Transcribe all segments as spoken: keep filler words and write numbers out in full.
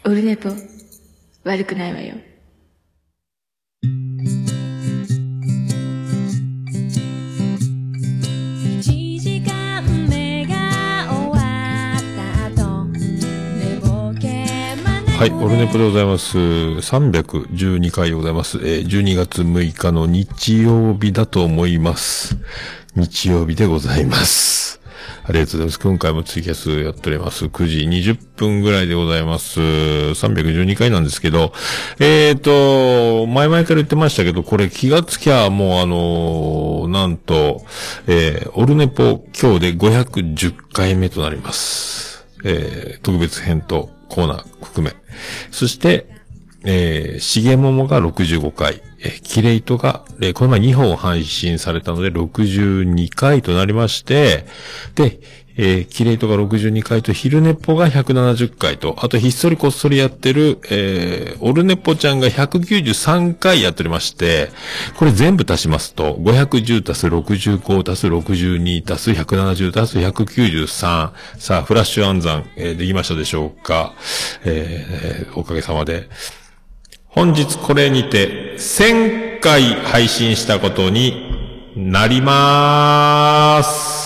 オルネポ悪くないわよ。 はい、オルネポでございます。さんびゃくじゅうにかいでございます。えー、じゅうにがつむいかの日曜日だと思います。日曜日でございます。ありがとうございます。今回もツイキャスやっております。くじにじゅっぷんぐらいでございます。さんびゃくじゅうにかいなんですけど、えーと、前々から言ってましたけど、これ気がつきゃもうあのー、なんと、えー、オルネポ今日でごひゃくじゅっかいめとなります。えー、特別編とコーナー含め。そして、えー、しげももがろくじゅうごかい、えー、キレイトが、えー、この前にほん配信されたのでろくじゅうにかいとなりまして、で、えー、キレイトがろくじゅうにかいと、昼ネポがひゃくななじゅっかいと、あとひっそりこっそりやってる、えー、オルネポちゃんがひゃくきゅうじゅうさんかいやっておりまして、これ全部足しますと、ごひゃくじゅうたすろくじゅうごたすろくじゅうにたすひゃくななじゅうたすひゃくきゅうじゅうさん。さあ、フラッシュ暗算、えー、できましたでしょうか。えー、おかげさまで。本日これにてせんかい配信したことになりまーす。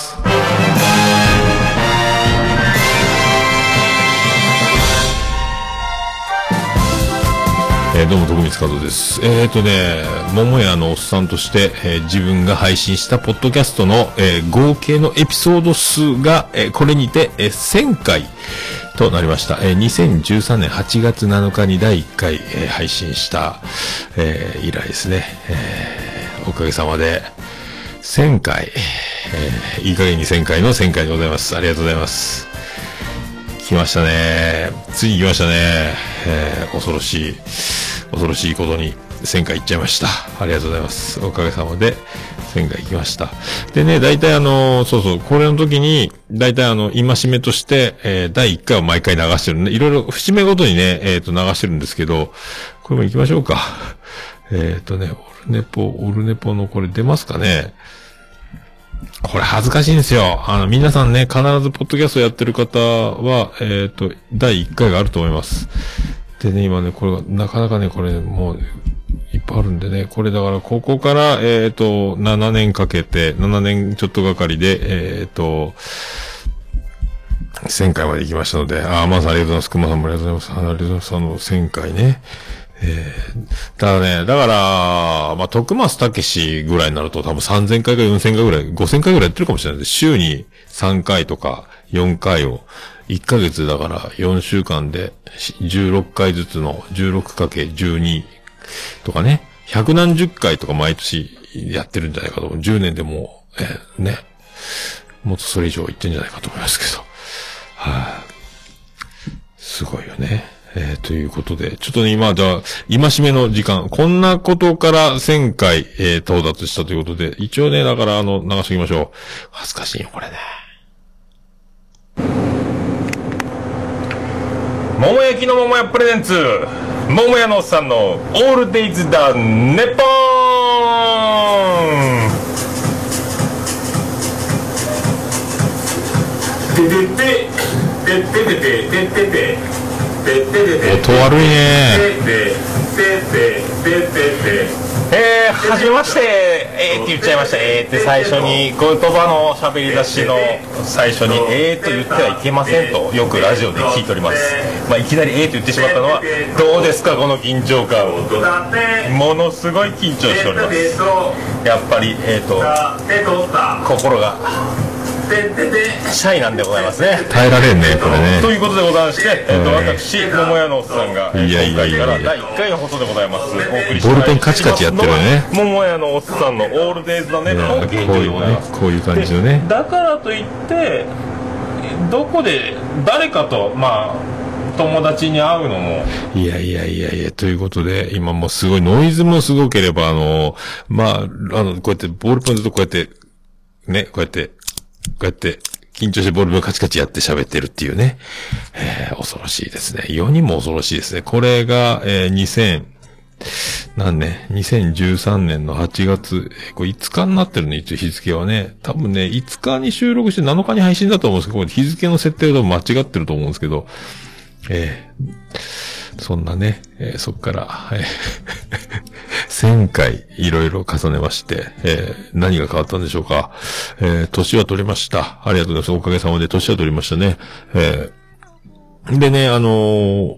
えー、どうも徳光和夫です。えーとね、桃屋のおっさんとして、えー、自分が配信したポッドキャストの、えー、合計のエピソード数が、えー、これにて、えー、せんかいとなりました。えー、にせんじゅうさんねんはちがつなのかにだいいっかい、えー、配信した、えー、以来ですね、えー。おかげさまでせんかい、えー、いい加減にせんかいのせんかいでございます。ありがとうございます。来ましたね。ついに来ましたね。えー、恐ろしい、恐ろしいことにせんかい行っちゃいました。ありがとうございます。おかげさまでせんかい行きました。でね、大体あの、そうそう、これの時に、大体あの、今しめとして、えー、だいいっかいを毎回流してるね。いろいろ節目ごとにね、えっと、流してるんですけど、これも行きましょうか。えっとね、オルネポ、オルネポのこれ出ますかね。これ恥ずかしいんですよ。あの、皆さんね、必ずポッドキャストやってる方は、えっと、だいいっかいがあると思います。でね、今ね、これが、なかなかね、これ、もう、いっぱいあるんでね、これだから、ここから、えっと、ななねんかけて、ななねんちょっとがかりで、えっと、せんかいまで行きましたので、あ、まずありがとうございます。熊さんもありがとうございます。ありがとうございます。あの、せんかいね。えー、ただね、だから、まあ、徳松武史ぐらいになると多分さんぜんかいかよんせんかいぐらい、ごせんかいぐらいやってるかもしれないです。週にさんかいとかよんかいを、いっかげつだからよんしゅうかんでじゅうろっかいずつの じゅうろくかけるじゅうに とかね、百何十回とか毎年やってるんじゃないかと思う。じゅうねんでもう、えー、ね、もっとそれ以上いってんじゃないかと思いますけど。はい、あ、すごいよね。えー、ということで、ちょっとね、今、じゃあ、今しめの時間、こんなことからせんかい、えー、到達したということで、一応ね、だから、あの、流しておきましょう。恥ずかしいよ、これね。桃焼きの桃屋プレゼンツ、桃屋のおっさんの、オールデイズだ、ネポーンててて、てててて、ててて、音悪いね。えー、はじめまして、えーって言っちゃいました。えーって最初に、言葉の喋り出しの最初に、えーと言ってはいけませんと、よくラジオで聞いております。まあ、いきなりえーと言ってしまったのは、どうですか、この緊張感。ものすごい緊張しております。やっぱり、えーと、心が、シャイなんでございますね。耐えられんね、これね。ということでございまして、えっと、私、桃屋のおっさんが、今回からだいいっかいの放送でございます。ボールペンカチカチやってるよね。桃屋のおっさんのオールデイズだね、こういうね、こういう感じのね。だからといって、どこで、誰かと、まあ、友達に会うのも。いやいやいやいや、ということで、今もうすごいノイズもすごければ、あの、まあ、あの、こうやってボールペンずっとこうやって、ね、こうやって、こうやって、緊張してボールペンをカチカチやって喋ってるっていうね。えー、恐ろしいですね。世にも恐ろしいですね。これが、えー、にせん、何年 ?にせんじゅうさんねんのはちがつ、えー、これいつかになってるね、一応日付はね。多分ね、いつかに収録してなのかに配信だと思うんですけど、これ日付の設定が多分間違ってると思うんですけど、 えー、そんなね、えー、そっから、えー、せんかいいろいろ重ねまして、えー、何が変わったんでしょうか。えー、年は取りました。ありがとうございます。おかげさまで年は取りましたね。えー、でね、あのー、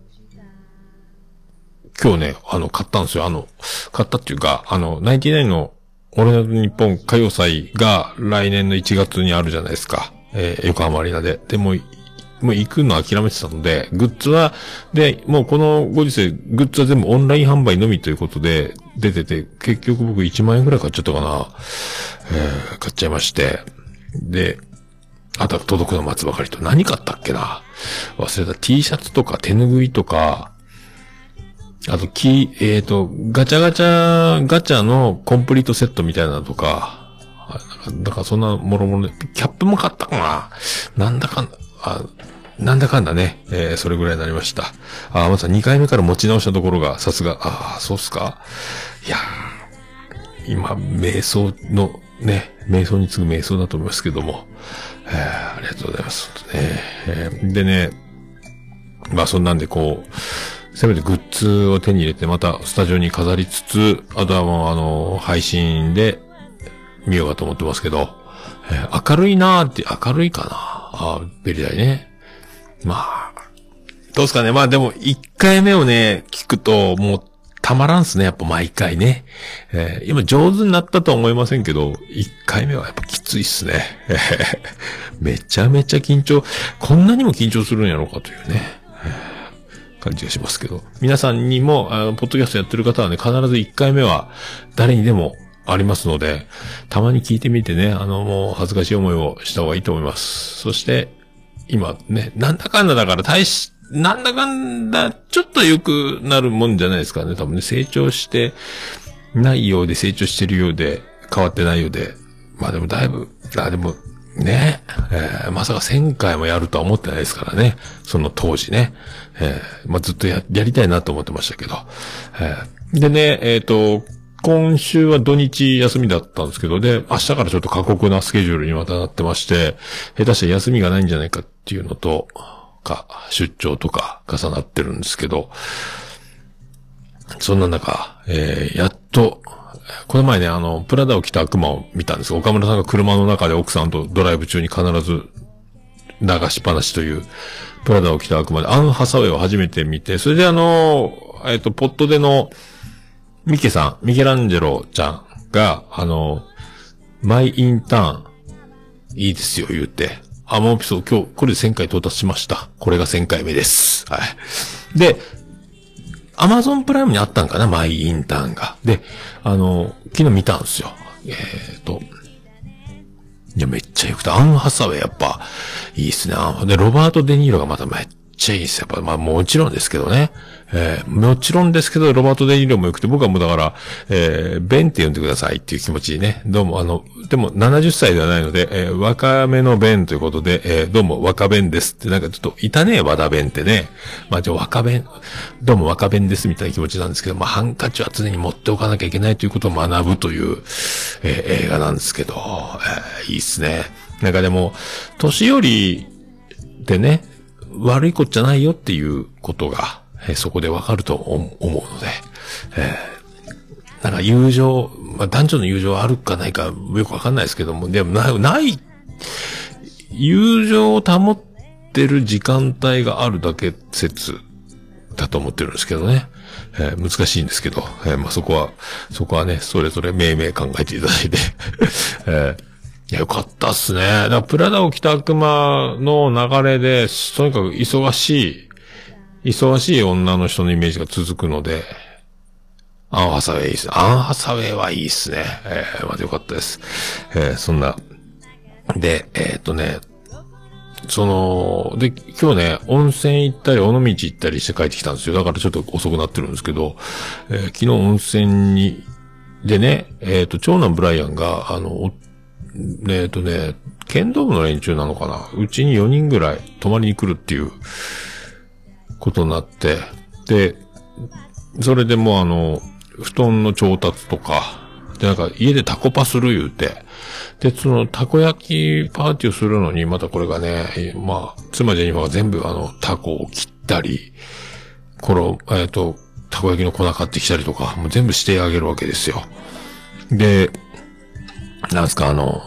今日ね、あの、買ったんですよ。あの、買ったっていうか、あの、ナインティナインのオールナイトニッポン歌謡祭が来年のいちがつにあるじゃないですか。えー、横浜アリーナで。でも、もう行くの諦めてたので、グッズは、で、もうこのご時世、グッズは全部オンライン販売のみということで出てて、結局僕いちまんえんくらい買っちゃったかな。えー、買っちゃいまして。で、あとは届くの待つばかりと。何買ったっけな、忘れた。T シャツとか手ぬぐいとか、あと、キー、えっと、ガチャガチャ、ガチャのコンプリートセットみたいなのとか、だからそんなもろもろで、キャップも買ったかな、なんだかんだ、あ、なんだかんだね、えー、それぐらいになりました。あ、まずはにかいめから持ち直したところが、さすが、ああ、そうっすか。いやー、今、瞑想の、ね、瞑想に次ぐ瞑想だと思いますけども、えー、ありがとうございます。ねえー、でね、まあそんなんでこう、せめてグッズを手に入れてまたスタジオに飾りつつ、あとはもうあの、配信で見ようかと思ってますけど、えー、明るいなーって、明るいかなあ、ベリダイね。まあ、どうすかね。まあでもいっかいめをね、聞くともうたまらんすね。やっぱ毎回ね。えー、今上手になったとは思いませんけど、いっかいめはやっぱきついっすね。めちゃめちゃ緊張、こんなにも緊張するんやろうかというね。感じがしますけど。皆さんにも、あの、ポッドキャストやってる方はね、必ずいっかいめは誰にでもありますので、たまに聞いてみてね、あの、もう恥ずかしい思いをした方がいいと思います。そして、今ね、なんだかんだだから大し、なんだかんだ、ちょっと良くなるもんじゃないですかね。多分ね、成長してないようで、成長してるようで、変わってないようで。まあでもだいぶ、あ、でも、ね、えー、まさかせんかいもやるとは思ってないですからね。その当時ね。えー、まあ、ずっとや、やりたいなと思ってましたけど。えー、でね、えっと、今週は土日休みだったんですけど、で、明日からちょっと過酷なスケジュールにまたなってまして、下手して休みがないんじゃないかっていうのと、か、出張とか重なってるんですけど、そんな中、えー、やっと、この前ね、あの、プラダを着た悪魔を見たんですよ。岡村さんが車の中で奥さんとドライブ中に必ず流しっぱなしという、プラダを着た悪魔で、アン・ハサウェイを初めて見て、それであの、えっと、ポットでの、ミケさん、ミケランジェロちゃんが、あの、マイインターン、いいですよ、言って。あ、もうそう、今日、これでせんかい到達しました。これがせんかいめです。はい。で、アマゾンプライムにあったんかな、マイインターンが。で、あの、昨日見たんですよ。えっと、いや、めっちゃ良くて、アン・ハサウェイやっぱ、いいっすね。で、ロバート・デ・ニーロがまためっちゃいいっす。やっぱ、まあもちろんですけどね。えー、もちろんですけど、ロバート・デ・ニーロも良くて、僕はもうだから、えー、ベンって呼んでくださいっていう気持ちにね。どうも、あの、でもななじゅっさいではないので、えー、若めのベンということで、えー、どうも若ベンですって、なんかちょっといたね、和田ベンってね。まあじゃあ若ベン、どうも若ベンですみたいな気持ちなんですけど、まあハンカチは常に持っておかなきゃいけないということを学ぶという、えー、映画なんですけど、えー、いいっすね。なんかでも、年寄りでね、悪いことじゃないよっていうことが、えー、そこでわかると思うので、えー、なんか友情、まあ、男女の友情あるかないかよくわかんないですけども、でもな、ない、友情を保ってる時間帯があるだけ説だと思ってるんですけどね。えー、難しいんですけど、えー、まあ、そこは、そこはね、それぞれ命名考えていただいて、えーいや、よかったっすね。だからプラダを着た悪魔の流れで、とにかく忙しい、忙しい女の人のイメージが続くので、アン・ハサウェイいいっすね。アン・ハサウェイはいいっすね。えー、まずよかったです。えー、そんな。で、えー、っとね、その、で、今日ね、温泉行ったり、尾道行ったりして帰ってきたんですよ。だからちょっと遅くなってるんですけど、えー、昨日温泉に、でね、えー、っと、長男ブライアンが、あの、えっとね、剣道部の連中なのかな、うちによにんぐらい泊まりに来るっていうことになって、で、それでもうあの、布団の調達とか、でなんか家でタコパする言うて、で、そのたこ焼きパーティーをするのに、またこれがね、まあ、妻ジェニファーが全部あの、タコを切ったり、この、えっと、たこ焼きの粉買ってきたりとか、もう全部してあげるわけですよ。で、なんすか、あの、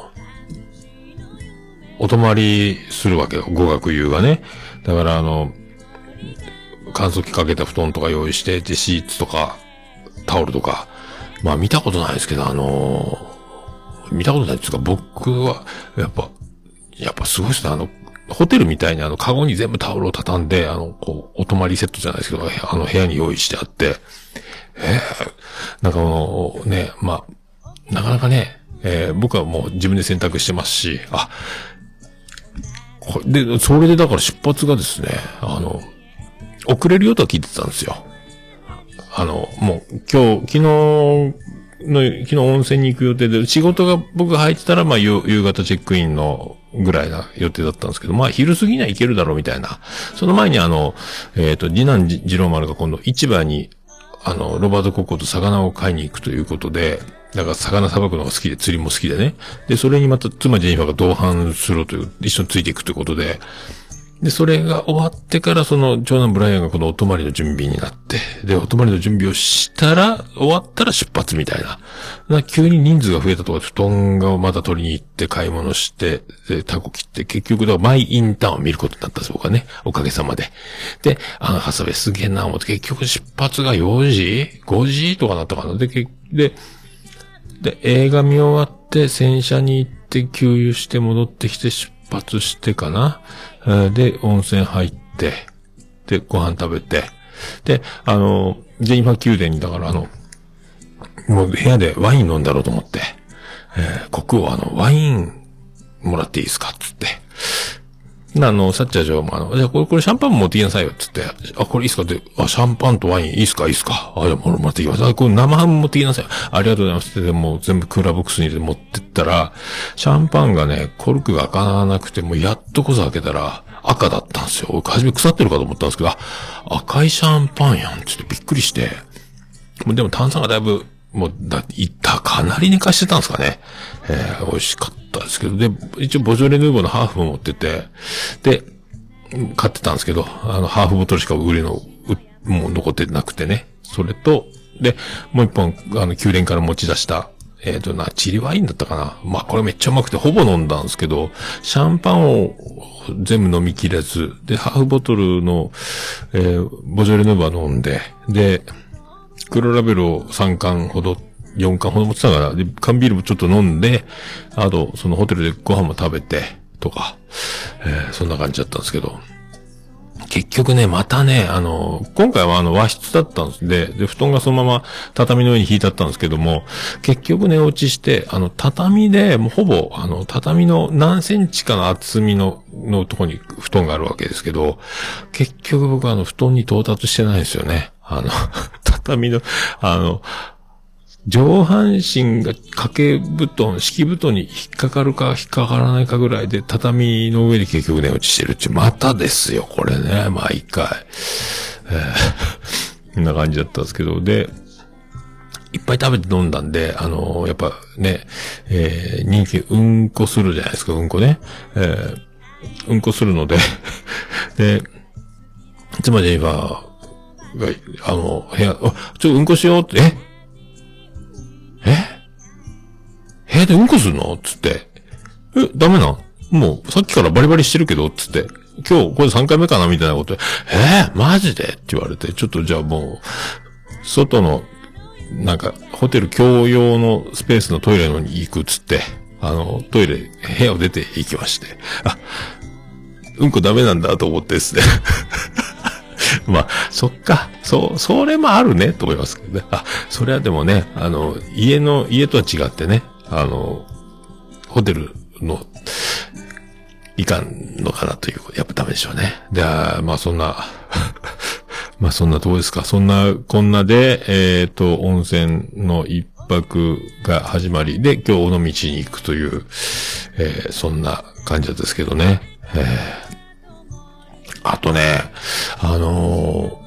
お泊まりするわけよ。語学友がね。だからあの、乾燥機かけた布団とか用意して、で、シーツとか、タオルとか。まあ見たことないですけど、あのー、見たことないですか、僕は、やっぱ、やっぱすごいですね。あの、ホテルみたいにあの、カゴに全部タオルを畳んで、あの、こう、お泊まりセットじゃないですけど、あの、部屋に用意してあって、えー、なんかこの、ね、まあ、なかなかね、えー、僕はもう自分で選択してますし、あ、これで、それでだから出発がですね、あの、遅れるよとは聞いてたんですよ。あの、もう、今日、昨日の、昨日温泉に行く予定で、仕事が僕が入ってたら、まあ、夕方チェックインのぐらいな予定だったんですけど、まあ、昼過ぎには行けるだろうみたいな。その前にあの、えっと、次男次郎丸が今度市場に、あの、ロバートコッコと魚を買いに行くということで、だから魚さばくのが好きで、釣りも好きでね。で、それにまた妻ジェニファーが同伴するという、一緒についていくということで、で、それが終わってから、その、長男ブライアンがこのお泊まりの準備になって、で、お泊まりの準備をしたら、終わったら出発みたいな。な急に人数が増えたとか、布団がまた取りに行って、買い物して、で、タコ切って、結局、だからマイインターンを見ることになったんです、僕はね。おかげさまで。で、あの、ハサベすげえな、思って、結局出発がよじ ?ご 時とかなったかな。で、で、で、映画見終わって、洗車に行って、給油して戻ってきて、出発してかな。で、温泉入って、で、ご飯食べて、で、あの、ジェニファー宮殿に、だからあの、もう部屋でワイン飲んだろうと思って、えー、国王あの、ワインもらっていいですかつって。あの、サッチャー女王もあの、じゃあこれ、これシャンパンも持ってきなさいよ、つって。あ、これいいっすかって、あ、シャンパンとワインいいっすかいいっすかあ、じゃあもらってきます。あ、これ生ハム持ってきなさい。ありがとうございますって、もう全部クーラーボックスに入れて持ってったら、シャンパンがね、コルクが開かなくて、もうやっとこそ開けたら、赤だったんですよ。初め腐ってるかと思ったんですけど、あ、赤いシャンパンやん、つってびっくりして。もうでも炭酸がだいぶ、もう、だ、いった、かなり寝かしてたんですかね。えー、美味しかったですけど、で、一応ボジョレ・ヌーボーのハーフも持ってて、で、買ってたんですけど、あの、ハーフボトルしか売りの、もう残ってなくてね。それと、で、もう一本、あの、宮殿から持ち出した、えっとな、チリワインだったかな。まあ、これめっちゃうまくて、ほぼ飲んだんですけど、シャンパンを全部飲みきれず、で、ハーフボトルの、えー、ボジョレ・ヌーボー飲んで、で、黒ラベルをさんかんほど、よんかんほど持ってたから、で、缶ビールもちょっと飲んで、あと、そのホテルでご飯も食べて、とか、えー、そんな感じだったんですけど、結局ね、またね、あの、今回はあの和室だったんですで、で、布団がそのまま畳の上に引いてあったんですけども、結局寝落ちして、あの、畳で、もうほぼ、あの、畳の何センチかの厚みの、のとこに布団があるわけですけど、結局僕はあの、布団に到達してないんですよね。あの、畳の、あの、上半身が掛け布団、敷布団に引っかかるか引っかからないかぐらいで畳の上に結局寝落ちしてるっていう、またですよ、これね、毎回。えー、こんな感じだったんですけど、で、いっぱい食べて飲んだんで、あのー、やっぱね、えー、人気うんこするじゃないですか、うんこね。えー、うんこするので、で、妻ジェニファーが、あの、部屋、あ、ちょっとうんこしようって、ええ部屋でうんこするのつって。え、ダメなんもう、さっきからバリバリしてるけどつって。今日、これさんかいめかなみたいなことで。えー、マジでって言われて、ちょっとじゃあもう、外の、なんか、ホテル共用のスペースのトイレのに行くつって、あの、トイレ、部屋を出て行きまして。あ、うんこダメなんだと思ってですね。まあ、そっか。そう、それもあるね、と思いますけどね。あ、それはでもね、あの、家の、家とは違ってね、あの、ホテルの、いかんのかなという、やっぱダメでしょうね。で、あまあそんな、まあそんなとこですか。そんな、こんなで、えっと、温泉の一泊が始まり、で、今日尾道に行くという、えー、そんな感じだったですけどね。えーあとね、あの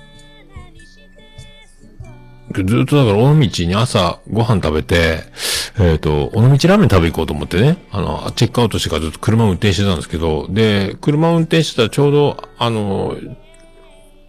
ー、ずっとだから尾道に朝ご飯食べて、えっと、尾道ラーメン食べ行こうと思ってね、あの、チェックアウトしてからずっと車を運転してたんですけど、で、車を運転してたらちょうど、あのー、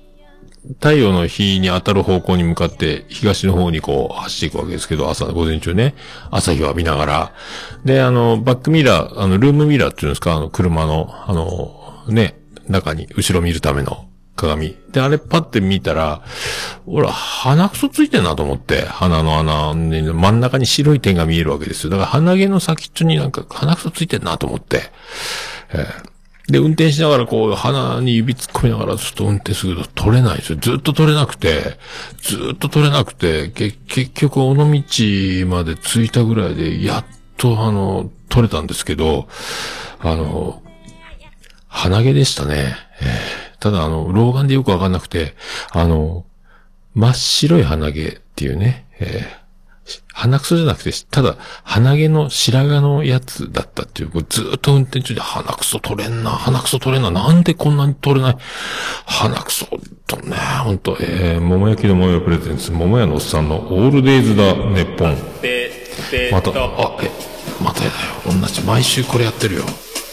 太陽の日に当たる方向に向かって東の方にこう走っていくわけですけど、朝、午前中ね、朝日を浴びながら。で、あの、バックミラー、あの、ルームミラーっていうんですか、あの、車の、あの、ね、中に、後ろ見るための鏡。で、あれパッて見たら、ほら、鼻くそついてんなと思って、鼻の穴に、真ん中に白い点が見えるわけですよ。だから鼻毛の先っちょになんか鼻くそついてんなと思って。えー、で、運転しながらこう、鼻に指突っ込みながらずっと運転すると取れないですよ。ずっと取れなくて、ずっと取れなくて、け結局、尾道まで着いたぐらいで、やっとあの、取れたんですけど、あの、鼻毛でしたね。えーただ、あの、老眼でよくわかんなくて、あの、真っ白い鼻毛っていうね、えー、鼻くそじゃなくて、ただ、鼻毛の白髪のやつだったっていう、ずーっと運転中で鼻くそ取れんな、鼻くそ取れんな、なんでこんなに取れない、鼻くそとね、ほんと、えー、桃焼きの桃屋プレゼンツ、桃屋のおっさんのオールデイズだ、ネッポン。また、あ、え、またやだよ。同じ、毎週これやってるよ。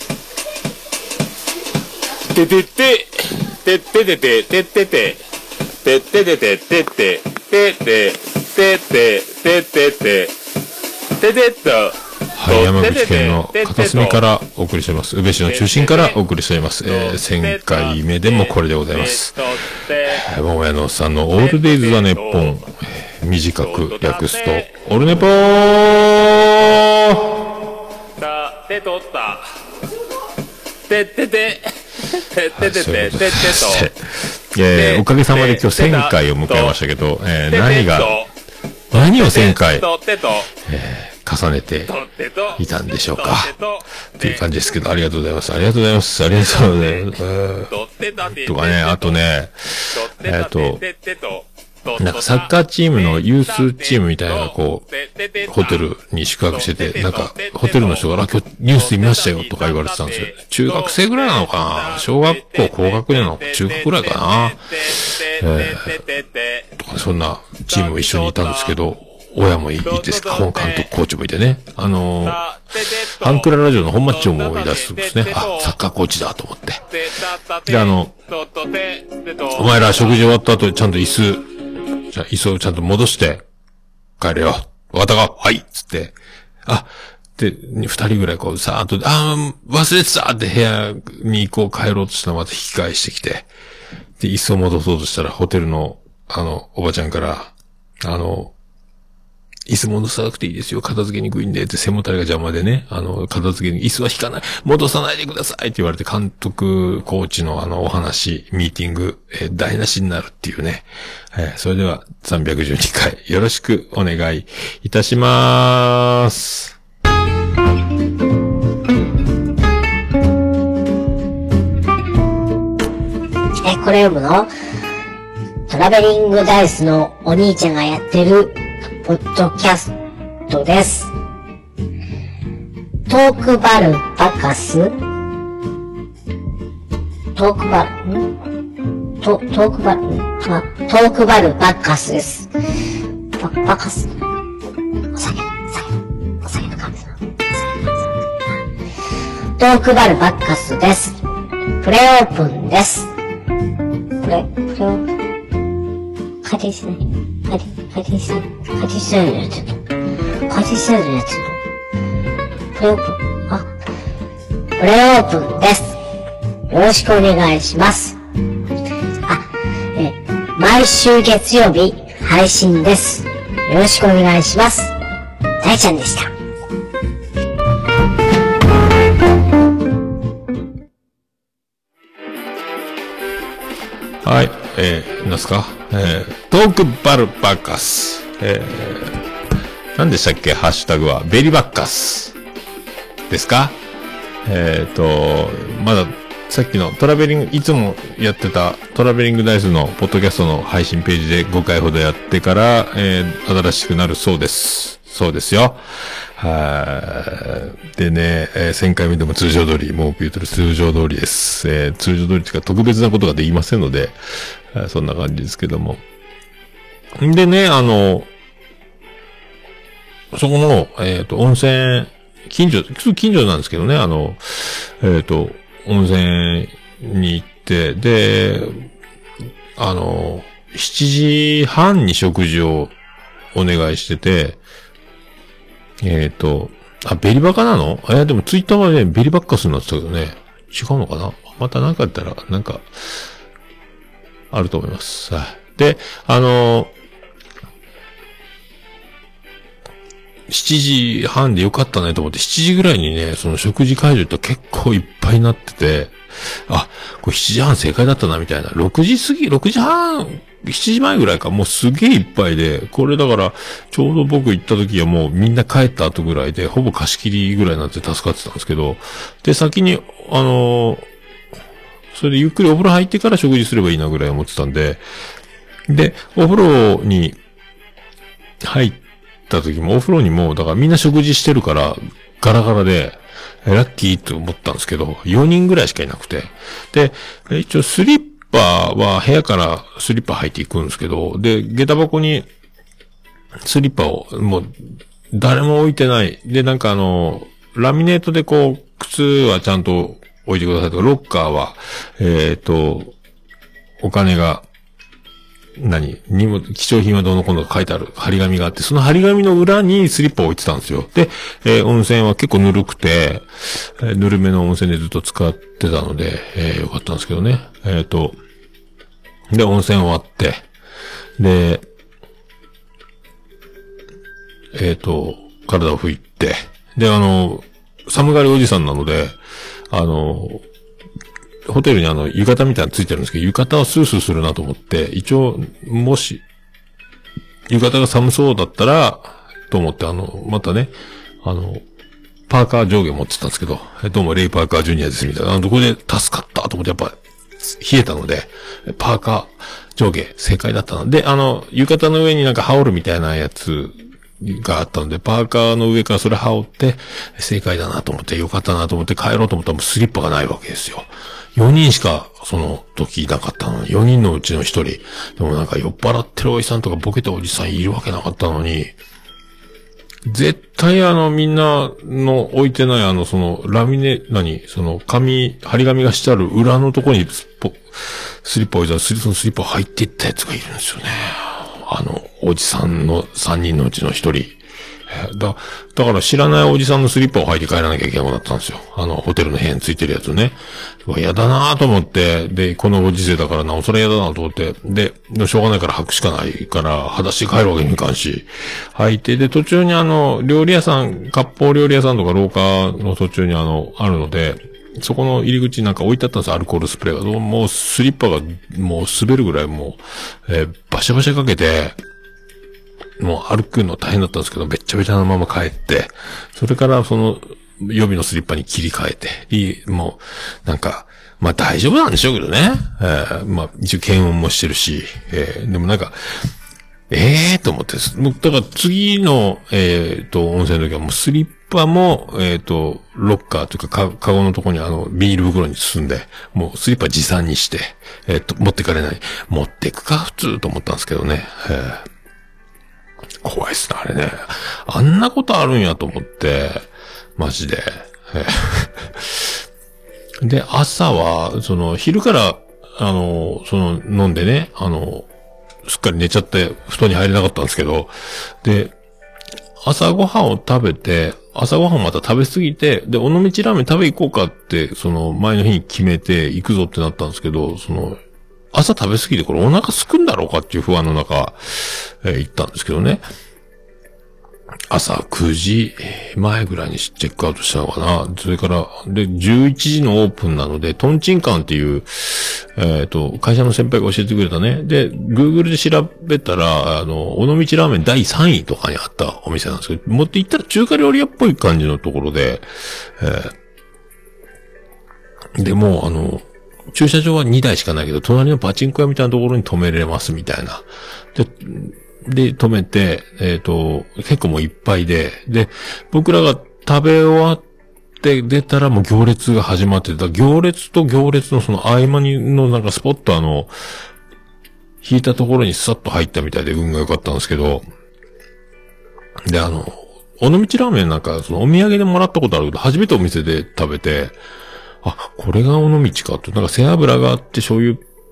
ててて、てててて、ててて、てててて、ててて、ててて、ててて、ててと。 はい、山口県の片隅からお送りしています。宇部市の中心からお送りしています。えー、せんかいめでもこれでございます。えー、桃屋のおっさんのオールデイズ・ザ・ネッポン、えー、短く訳すと、オルネポーた、てとった。ててて。ててててててと。 えー、おかげさまで今日せんかいを迎えましたけど、えー、何が、何をせんかい、えー、重ねていたんでしょうか。っていう感じですけど、ありがとうございます。ありがとうございます。ありがとうございます。とかね、あとね、えっと、なんかサッカーチームのユースチームみたいな、こう、ホテルに宿泊してて、なんか、ホテルの人が、今日ニュース見ましたよとか言われてたんですよ。中学生ぐらいなのかな、小学校高学年なのか、中学ぐらいかな、えー、とか、そんなチームも一緒にいたんですけど、親もいいですか、本監督、コーチもいてね。あのー、ハンクララジオの本マッチを思い出すんですね。あ、サッカーコーチだと思って。で、あの、お前ら食事終わった後、ちゃんと椅子、じゃあ、椅子をちゃんと戻して、帰れよ。わかったか、はいつって。あ、で、二人ぐらいこう、さーっと、あー、忘れてたって部屋にこう帰ろうとしたらまた引き返してきて、で、椅子を戻そうとしたら、ホテルの、あの、おばちゃんから、あの、椅子戻さなくていいですよ。片付けにくいんで。って背もたれが邪魔でね。あの、片付けに、椅子は引かない。戻さないでくださいって言われて、監督、コーチのあの、お話、ミーティング、えー、台無しになるっていうね。えー、それでは、さんびゃくじゅうにかい、よろしくお願いいたしまーす。 え、これ読むの？トラベリングダイスのお兄ちゃんがやってる、ポッドキャストです。トークバルバカストークバル、んト、トークバル、あ、トークバルバカスです。バ、バカス。お酒、お酒、お酒の神様。トークバルバカスです。プレオープンです。プレ、プレオープン。開店しない。開店、開店しない。開店しないのやつと。開店しないのやつと。プレオープン。あ、プレオープンです。よろしくお願いします。あ、え、毎週月曜日配信です。よろしくお願いします。大ちゃんでした。 はい、えー、なんすか、えー、トークバルバカス。えー、何でしたっけ、ハッシュタグは。ベリバッカス。ですか？えーと、まだ、さっきのトラベリング、いつもやってたトラベリングダイスのポッドキャストの配信ページでごかいほどやってから、えー、新しくなるそうです。そうですよ。はーでね、えー、せんかいめでも通常通り、もう言うとる通常通りです。えー、通常通りというか特別なことができませんので、えー、そんな感じですけども。んでね、あの、そこの、えっと、温泉、近所、近所なんですけどね、あの、えっと、温泉に行って、で、 あの、しちじはんに食事をお願いしてて、えっと、あ、ベリバカなの？いや、でもツイッターはね、ベリバッカスになってたけどね。違うのかな？またなんかやったら、なんか、あると思います。はい。で、あの、しちじはんでよかったねと思って、しちじぐらいにね、その食事会場行ったら結構いっぱいになってて、あ、これしちじはん正解だったなみたいな。ろくじ過ぎ、ろくじはん、しちじまえぐらいか、もうすげえいっぱいで、これだから、ちょうど僕行った時はもうみんな帰った後ぐらいで、ほぼ貸し切りぐらいになって助かってたんですけど、で、先に、あのー、それでゆっくりお風呂入ってから食事すればいいなぐらい思ってたんで、で、お風呂に入った時も、お風呂にも、だからみんな食事してるから、ガラガラで、ラッキーと思ったんですけど、よにんぐらいしかいなくて。で、一応スリッパは部屋からスリッパ履いていくんですけど、で、下駄箱にスリッパをもう誰も置いてない。で、なんかあの、ラミネートでこう、靴はちゃんと置いてくださいとか、ロッカーは、えっと、お金が、何荷物、貴重品はどうのこうの書いてある張り紙があって、その張り紙の裏にスリッパを置いてたんですよ。で、えー、温泉は結構ぬるくて、えー、ぬるめの温泉でずっと使ってたので、えー、よかったんですけどね。えっと、で、温泉終わって、で、えっと、体を拭いて、で、あの、寒がりおじさんなので、あの、ホテルにあの、浴衣みたいなのついてるんですけど、浴衣はスースーするなと思って、一応、もし、浴衣が寒そうだったら、と思って、あの、またね、あの、パーカー上下持ってたんですけど、どうもレイパーカージュニアですみたいな、あの、どこで助かったと思って、やっぱ、冷えたので、パーカー上下正解だったので、あの、浴衣の上になんか羽織るみたいなやつがあったので、パーカーの上からそれ羽織って、正解だなと思って、よかったなと思って帰ろうと思ったらもうスリッパがないわけですよ。よにんしか、その時いなかったのに、よにんのうちのひとり。でもなんか酔っ払ってるおじさんとかボケたおじさんいるわけなかったのに、絶対あのみんなの置いてないあのそのラミネ、何その紙、張り紙がしてある裏のところにスポスリッパ置いたらスリそのスリッパ入っていったやつがいるんですよね。あの、おじさんのさんにんのうちのひとり。だ、だから知らないおじさんのスリッパを履いて帰らなきゃいけなくなったんですよ。あの、ホテルの部屋についてるやつね。嫌だなぁと思って、で、このご時世だからなおそれ嫌だなと思って、で、しょうがないから履くしかないから、裸足で帰るわけにいかんし、履いて、で、途中にあの、料理屋さん、割烹料理屋さんとか廊下の途中にあの、あるので、そこの入り口になんか置いてあったんですよ、アルコールスプレーが。もうスリッパがもう滑るぐらいもう、えー、バシャバシャかけて、もう歩くの大変だったんですけど、べっちゃべちゃのまま帰って、それからその予備のスリッパに切り替えて、いい、もう、なんか、まあ大丈夫なんでしょうけどね。えー、まあ一応検温もしてるし、えー、でもなんか、ええーと思って、もうだから次の、えっ、ー、と、温泉の時はもうスリッパも、えっ、ー、と、ロッカーというか、か、カゴのところにあの、ビニール袋に包んで、もうスリッパ持参にして、えっ、ー、と、持ってかれない。持ってくか普通と思ったんですけどね。えー怖いっすね、あれね。あんなことあるんやと思って、マジで。で、朝は、その、昼から、あの、その、飲んでね、あの、すっかり寝ちゃって、布団に入れなかったんですけど、で、朝ごはんを食べて、朝ごはんまた食べ過ぎて、で、尾道ラーメン食べ行こうかって、その、前の日に決めて行くぞってなったんですけど、その、朝食べ過ぎてこれお腹すくんだろうかっていう不安の中、えー、行ったんですけどね。朝くじまえぐらいにチェックアウトしたのかな。それから、で、じゅういちじのオープンなので、トンチンカンっていう、えっと、会社の先輩が教えてくれたね。で、Google で調べたら、あの、尾道ラーメンだいさんいとかにあったお店なんですけど、持って行ったら中華料理屋っぽい感じのところで、えー、でもう、あの、駐車場はにだいしかないけど、隣のパチンコ屋みたいなところに止めれますみたいな。で、で止めて、えっと、結構もういっぱいで、で、僕らが食べ終わって出たらもう行列が始まってた。行列と行列のその合間にのなんかスポットあの、引いたところにさっと入ったみたいで運が良かったんですけど、で、あの、尾道ラーメンなんかそのお土産でもらったことあるけど、初めてお店で食べて、あ、これが尾道かって、なんか背脂があって醤油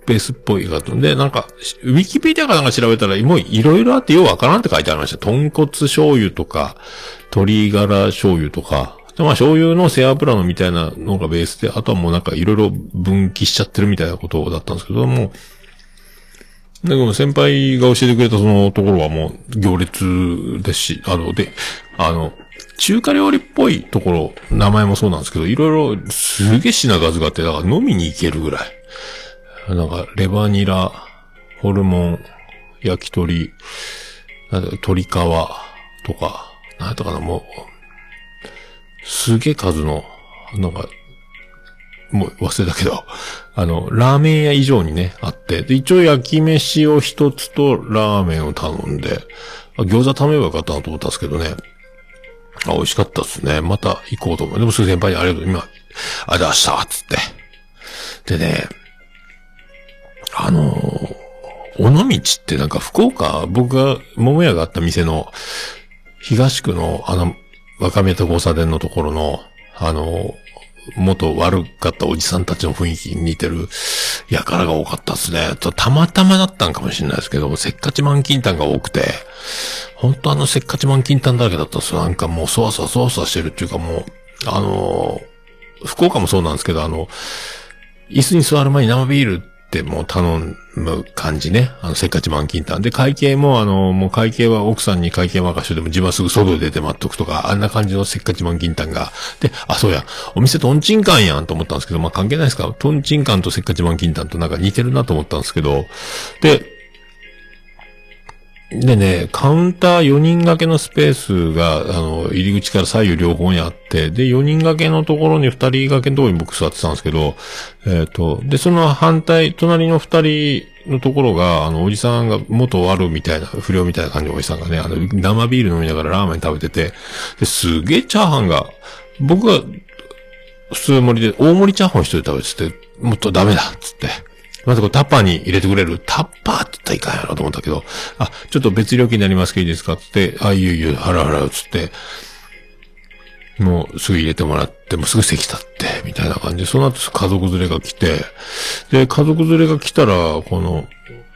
ベースっぽいがで、なんか、ウィキペディアかなんか調べたら、もういろいろあってようわからんって書いてありました。豚骨醤油とか、鶏ガラ醤油とか、まあ醤油の背脂のみたいなのがベースで、あとはもうなんかいろいろ分岐しちゃってるみたいなことだったんですけども、でも先輩が教えてくれたそのところはもう行列ですし、あの、で、あの、中華料理っぽいところ、名前もそうなんですけど、いろいろすげえ品数があって、だから飲みに行けるぐらい。なんか、レバニラ、ホルモン、焼き鳥、なんだ鶏皮とか、なんだったかな、もう、すげえ数の、なんか、もう忘れたけど、あの、ラーメン屋以上にね、あって、で、一応焼き飯を一つとラーメンを頼んで、餃子頼めばよかったなと思ったんですけどね。あ、美味しかったっすね。また行こうと思う。でもすぐ先輩にありがとう、今、ありがとうございましたつって。でね、あのー、尾道ってなんか福岡、僕が桃屋があった店の、東区のあの、若宮と交差点のところの、あのー、元悪かったおじさんたちの雰囲気に似てる、やからが多かったですね。たまたまだったんかもしれないですけども、せっかちマンキンタンが多くて、本当あのせっかちマンキンタンだらけだったんですよ。なんかもうそわそわそわそわしてるっていうかもう、あのー、福岡もそうなんですけど、あの、椅子に座る前に生ビールってもう頼む感じね。あの、せっかちマンキンタン。で、会計もあの、もう会計は奥さんに会計任せても自分はすぐ外で出て待っとくとか、あんな感じのせっかちマンキンタンが。で、あ、そうや、お店トンチンカンやんと思ったんですけど、まあ関係ないですか。トンチンカンとせっかちマンキンタンとなんか似てるなと思ったんですけど、で、でね、カウンターよにん掛けのスペースが、あの、入り口から左右両方にあって、で、よにん掛けのところにふたり掛けのところに僕座ってたんですけど、えっと、で、その反対、隣のふたりのところが、あの、おじさんが元悪みたいな、不良みたいな感じのおじさんがね、あの、生ビール飲みながらラーメン食べてて、で、すげえチャーハンが、僕が普通盛りで、大盛りチャーハン一人で食べてて、もっとダメだっつって。まずこれタッパーに入れてくれるタッパーって言ったらいかんやろと思ったけど、あ、ちょっと別料金になりますけどいいですかつって、あ、いいよいいよ、払う払うつって、もうすぐ入れてもらって、もうすぐ席立って、みたいな感じで、その後家族連れが来て、で、家族連れが来たら、この、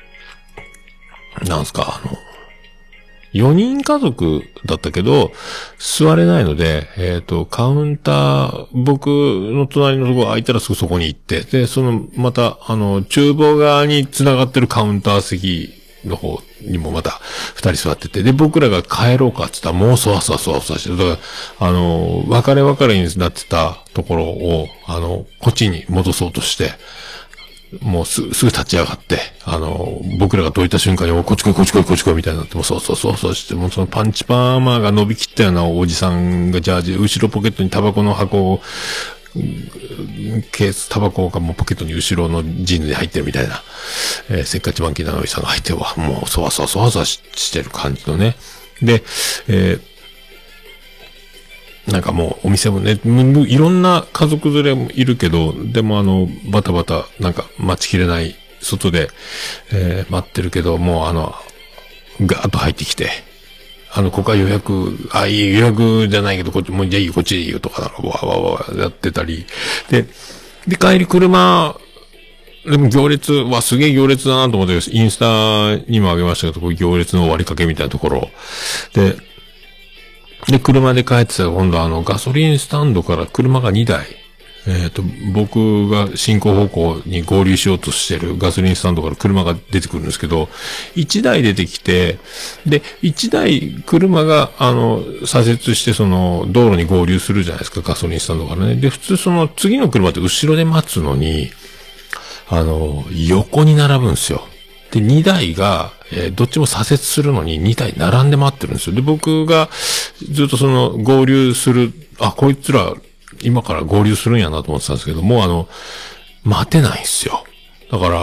なんすか、あの、よにん家族だったけど、座れないので、えっと、カウンター、僕の隣のところ空いたらすぐそこに行って、で、その、また、あの、厨房側に繋がってるカウンター席の方にもまた、二人座ってて、で、僕らが帰ろうかって言ったら、もうそわそわそわそわしてる。だから、あの、別れ別れになってたところを、あの、こっちに戻そうとして、もうすぐ、すぐ立ち上がって、あの、僕らがどいた瞬間に、こっち来いこっち来いこっち来いみたいになって、もうそうそうそうそうして、もうそのパンチパーマが伸びきったようなおじさんがジャージ、後ろポケットにタバコの箱を、ケース、タバコがもうポケットに後ろのジーンズに入ってるみたいな、えー、せっかちマンキーなおじさんが入っては、もうそわそわそわそわしてる感じのね。で、えーなんかもうお店もね、いろんな家族連れもいるけど、でもあの、バタバタ、なんか待ちきれない外で、えー、待ってるけど、もうあの、ガーッと入ってきて、あの、ここは予約、あ、いい予約じゃないけど、こっち、もうじゃあいいよ、こっちでいいよとか、なんかわーわーわーやってたり、で、で、帰り車、でも行列はすげえ行列だなと思って、インスタにもあげましたけど、こういう行列の終わりかけみたいなところ。で、で、車で帰ってたら今度あのガソリンスタンドから車がにだい、えっと、僕が進行方向に合流しようとしてるガソリンスタンドから車が出てくるんですけど、いちだい出てきて、で、いちだい車があの、左折してその道路に合流するじゃないですか、ガソリンスタンドからね。で、普通その次の車って後ろで待つのに、あの、横に並ぶんですよ。で、にだいが、えー、どっちも左折するのににだい並んで待ってるんですよ。で、僕がずっとその合流する、あ、こいつら今から合流するんやなと思ってたんですけど、もうあの、待てないんですよ。だから、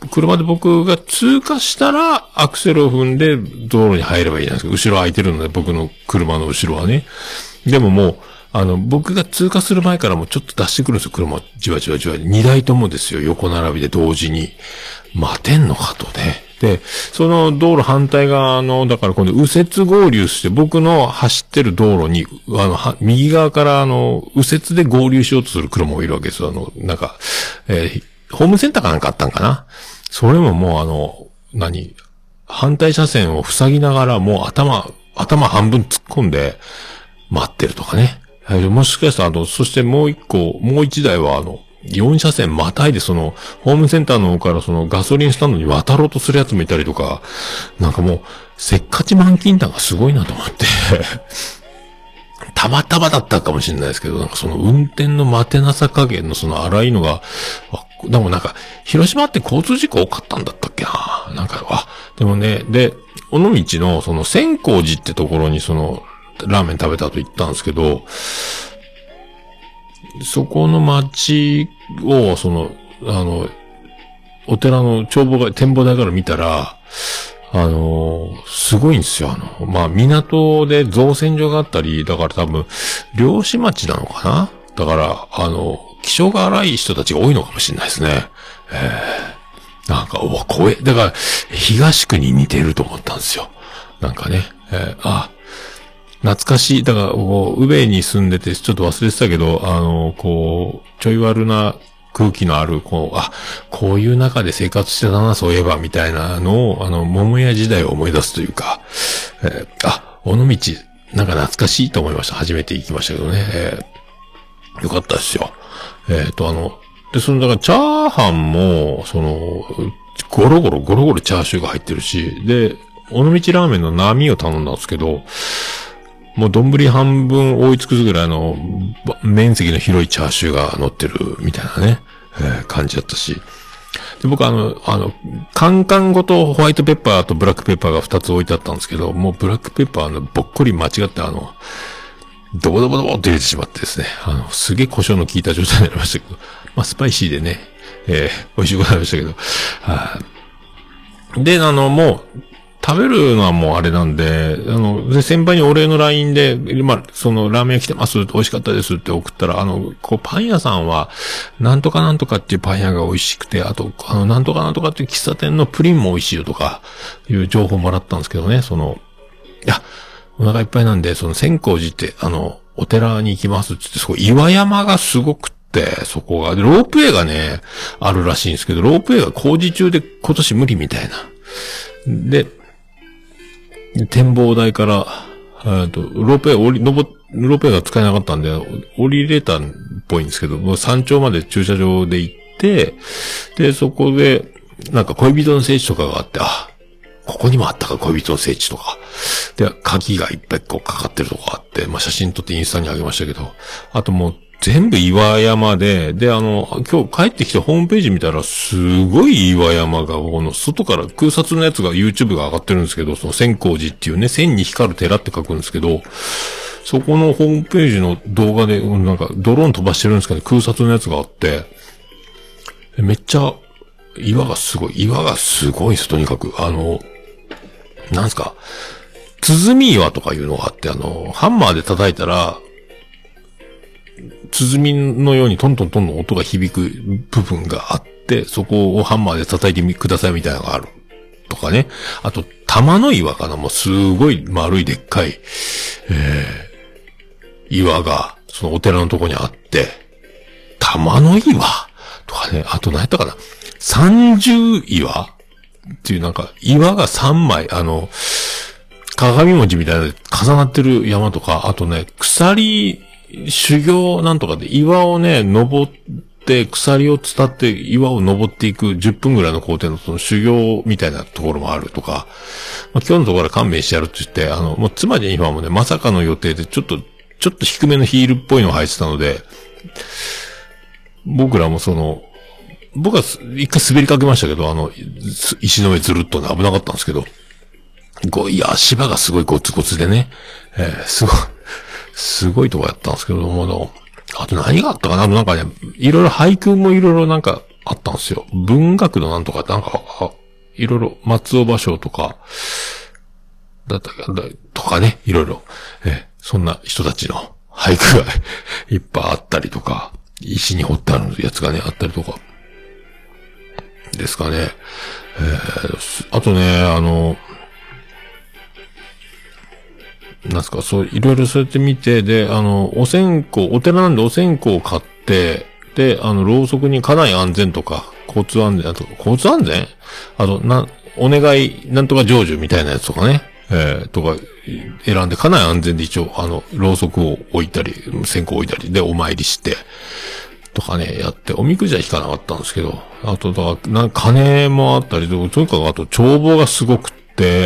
車で僕が通過したらアクセルを踏んで道路に入ればいいじゃないですか。後ろ空いてるので、僕の車の後ろはね。でももう、あの、僕が通過する前からもちょっと出してくるんですよ、車。じわじわじわ。にだいともですよ、横並びで同時に。待てんのかとね。で、その道路反対側の、だから今度右折合流して、僕の走ってる道路に、あの、は右側からあの、右折で合流しようとする車もいるわけですよ。あの、なんか、えーホームセンターかなんかあったんかな。それももうあの、何反対車線を塞ぎながらもう頭、頭半分突っ込んで待ってるとかね。もしかしたらあの、そしてもう一個、もう一台はあの、よん車線またいでその、ホームセンターの方からそのガソリンスタンドに渡ろうとするやつもいたりとか、なんかもう、せっかち満勤弾がすごいなと思って、たまたまだったかもしれないですけど、なんかその運転の待てなさ加減のその荒いのが、でもなんか、広島って交通事故多かったんだったっけななんか、あ、でもね、で、尾道のその千光寺ってところにその、ラーメン食べたと言ったんですけど、そこの町を、その、あの、お寺の眺望が、展望台から見たら、あの、すごいんですよ。あの、まあ、港で造船所があったり、だから多分、漁師町なのかな？だから、あの、気性が荒い人たちが多いのかもしれないですね。えー、なんか、うわ、怖え。だから、東区に似てると思ったんですよ。なんかね、えー、あ、懐かしい。だから、こう、宇部に住んでて、ちょっと忘れてたけど、あの、こう、ちょい悪な空気のある、こう、あ、こういう中で生活してたな、そういえば、みたいなのを、あの、桃屋時代を思い出すというか、えー、あ、尾道、なんか懐かしいと思いました。初めて行きましたけどね。えー、よかったですよ。えっと、あの、で、その、だから、チャーハンも、その、ゴロゴロ、ゴロゴロチャーシューが入ってるし、で、尾道ラーメンの波を頼んだんですけど、もう丼半分覆い尽くすぐらいの面積の広いチャーシューが乗ってるみたいなね、えー、感じだったし。で、僕あの、あの、カンカンごとホワイトペッパーとブラックペッパーがふたつ置いてあったんですけど、もうブラックペッパーのぼっこり間違ってあの、ドボドボドボって入れてしまってですね、あの、すげえ胡椒の効いた状態になりましたけど、まあスパイシーでね、えー、美味しくなりましたけど、はあ、で、あの、もう、食べるのはもうあれなんで、あの、で、先輩にお礼の ライン で、まあ、その、ラーメン屋来てます、美味しかったですって送ったら、あの、こう、パン屋さんは、なんとかなんとかっていうパン屋が美味しくて、あと、あの、なんとかなんとかっていう喫茶店のプリンも美味しいよとか、いう情報もらったんですけどね、その、いや、お腹いっぱいなんで、その、千光寺って、あの、お寺に行きますって言って、そこ、岩山がすごくって、そこが、で、ロープウェイがね、あるらしいんですけど、ロープウェイが工事中で今年無理みたいな。で、展望台から、えっと、ロープウェイ降り、登、ロープウェイが使えなかったんで、降りれたっぽいんですけど、もう山頂まで駐車場で行って、で、そこで、なんか恋人の聖地とかがあって、あ、ここにもあったか、恋人の聖地とか。で、鍵がいっぱいこうかかってるとこあって、まあ、写真撮ってインスタに上げましたけど、あともう、全部岩山で、で、あの、今日帰ってきてホームページ見たら、すごい岩山が、この外から空撮のやつが YouTube が上がってるんですけど、その千光寺っていうね、千に光る寺って書くんですけど、そこのホームページの動画で、なんかドローン飛ばしてるんですけど、空撮のやつがあって、めっちゃ、岩がすごい、岩がすごいです、とにかく。あの、なんすか、鼓岩とかいうのがあって、あの、ハンマーで叩いたら、鼓のようにトントントンの音が響く部分があって、そこをハンマーで叩いてみくださいみたいなのがある。とかね。あと、玉の岩かな、もうすごい丸いでっかい、えー、岩が、そのお寺のとこにあって、玉の岩とかね。あと何やったかな。三重岩っていうなんか、岩が三枚、あの、鏡餅みたいなので重なってる山とか、あとね、鎖、修行なんとかで岩をね、登って鎖を伝って岩を登っていくじゅっぷんぐらいの工程のその修行みたいなところもあるとか、まあ、今日のところは勘弁してやるって言って、あの、もう妻で今もね、まさかの予定でちょっと、ちょっと低めのヒールっぽいのを履いてたので、僕らもその、僕は一回滑りかけましたけど、あの、石の上ずるっとね、危なかったんですけど、ごいや、足場がすごいゴツゴツでね、えー、すごい、すごいとこやったんですけども、あと何があったかな、なんかね、いろいろ俳句もいろいろなんかあったんですよ。文学のなんとかってなんか、いろいろ松尾芭蕉とか、だったか、とかね、いろいろ、え、そんな人たちの俳句がいっぱいあったりとか、石に彫ってあるやつがね、あったりとか、ですかね。えー、あとね、あの、なんすか、そう、いろいろそうやって見て、で、あの、お線香、お寺なんでお線香を買って、で、あの、ろうそくに家内安全とか交通安全、あと、交通安全あと、な、お願い、なんとか成就みたいなやつとかね。えー、とか、選んで、かなり安全で一応、あの、ろうそくを置いたり、線香を置いたりでお参りして、とかね、やって、おみくじは引かなかったんですけど、あと、だから、なんか金もあったり、とにかくあと、帳簿がすごくって、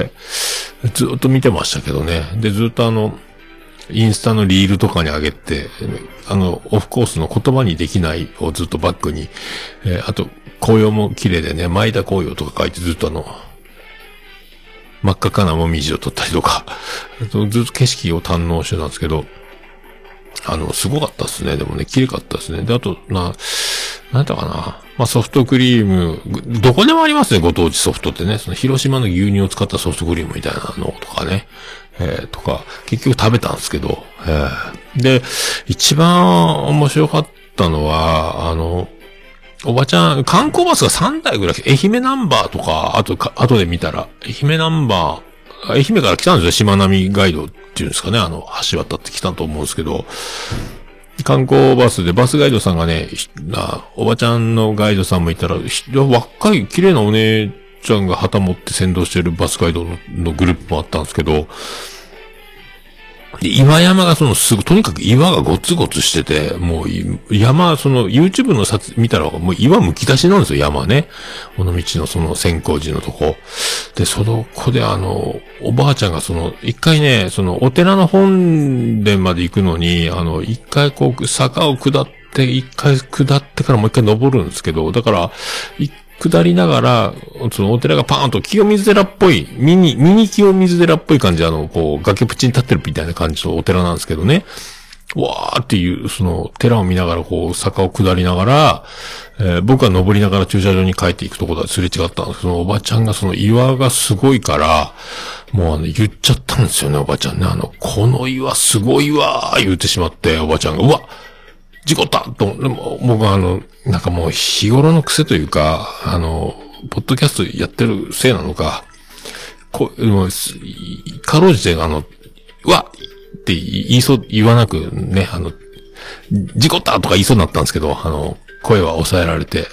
ずっと見てましたけどね。で、ずっとあの、インスタのリールとかに上げて、あの、オフコースの言葉にできないをずっとバックに、えー、あと、紅葉も綺麗でね、前田紅葉とか書いてずっとあの、真っ赤かなもみじを撮ったりとか、ずっと景色を堪能してたんですけど、あの、すごかったですね。でもね、綺麗かったですね。で、あと、な、なんだかな。まあ、ソフトクリーム、どこでもありますね、ご当地ソフトってね。その広島の牛乳を使ったソフトクリームみたいなのとかね。えー、とか、結局食べたんですけど、えー、で、一番面白かったのは、あの、おばちゃん、観光バスがさんだいぐらい、愛媛ナンバーとか、あとか、後で見たら、愛媛ナンバー、愛媛から来たんですよ、しまなみガイドっていうんですかね、あの、橋渡ってきたと思うんですけど、観光バスでバスガイドさんがね、なおばちゃんのガイドさんもいたら、若い綺麗なお姉ちゃんが旗持って先導してるバスガイド の, のグループもあったんですけど、岩山がそのすぐ、とにかく岩がゴツゴツしてて、もう山、その YouTube の撮見たらもう岩むき出しなんですよ、山ね。この道のその千光寺のとこ。で、その子であの、おばあちゃんがその、一回ね、そのお寺の本殿まで行くのに、あの、一回こう坂を下って、一回下ってからもう一回登るんですけど、だから、下りながら、そのお寺がパーンと清水寺っぽい、ミニ、ミニ清水寺っぽい感じで、あの、こう、崖っぷちに立ってるみたいな感じのお寺なんですけどね。わーっていう、その、寺を見ながら、こう、坂を下りながら、えー、僕は登りながら駐車場に帰っていくところですれ違ったんですけど、おばちゃんがその岩がすごいから、もうあの、言っちゃったんですよね、おばちゃんね。あの、この岩すごいわー言ってしまって、おばちゃんが、うわ事故ったと、でも僕はあの、なんかもう日頃の癖というか、あの、ポッドキャストやってるせいなのか、こう、もうかろうじてあの、うわって言いそう、言わなくね、あの、事故ったとか言いそうになったんですけど、あの、声は抑えられて、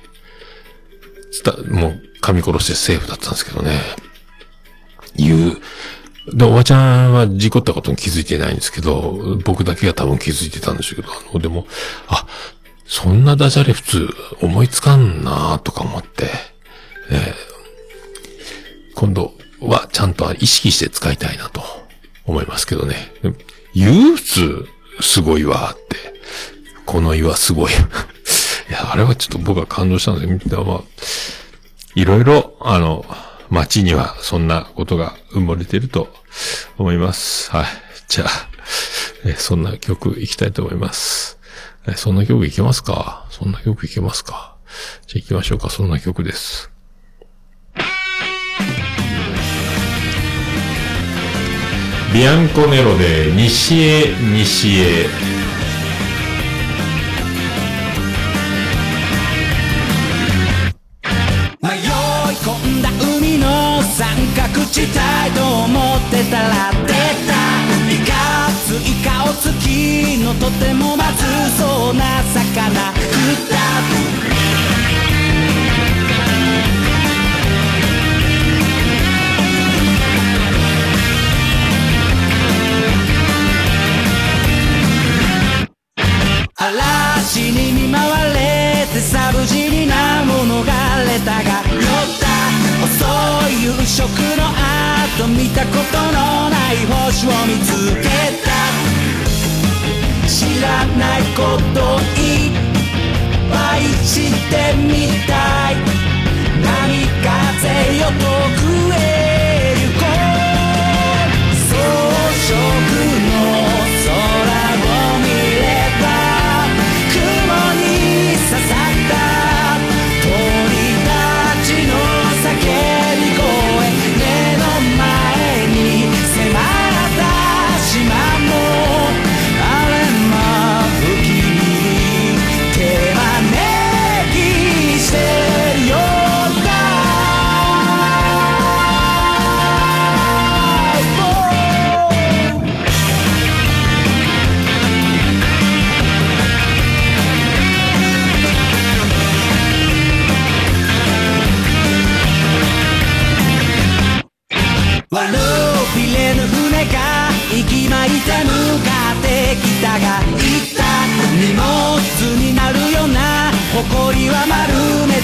もう噛み殺してセーフだったんですけどね。言う。で、おばちゃんは事故ったことに気づいてないんですけど、僕だけが多分気づいてたんでしょうけど、あの、でも、あ、そんなダジャレ普通思いつかんなとか思って、えー、今度はちゃんと意識して使いたいなと思いますけどね。言う普通すごいわって、この岩すごい。いや、あれはちょっと僕は感動したんですけど、まあ、いろいろ、あの、街にはそんなことが埋もれていると思います。はい。じゃあ、えそんな曲いきたいと思います。えそんな曲いけますか？そんな曲いけますか？じゃあ行きましょうか。そんな曲です。ビアンコネロで西へ西へ。 三角地帯と思ってたら出たいかつい顔つきのとてもまずそうな魚食った嵐に見舞われてサブジリなものがレタが寄った遅い夕食の後見たことのない星を見つけた知らないこといっぱいしてみたい波風よ遠くへ行こう装飾の空を見れば雲に刺さった鳥たちの叫び声目の前に迫った島もあれまぶきに手招きしてるよ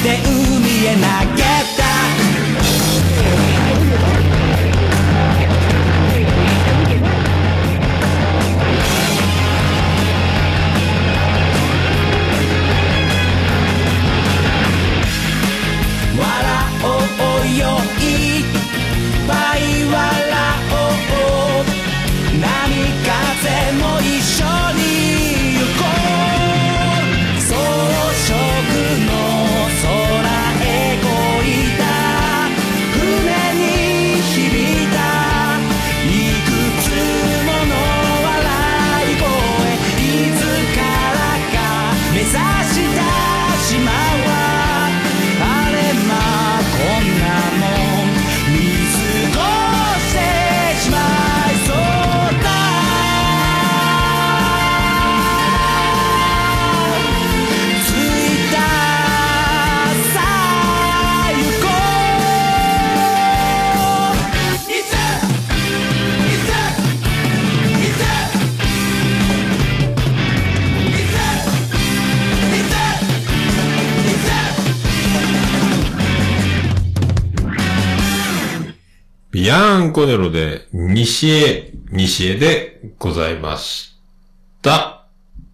て海へ投げた笑おうよいっぱい笑おう波風も一緒に行こう装飾の空へ漕いだ船に響いたいくつもの笑い声いつからか目指した島はあれまあこんなもん見過ごしてしまいそうだ着いたさあ行こういざいざいざいざいざビアンコネロで、西へ、西へでございました。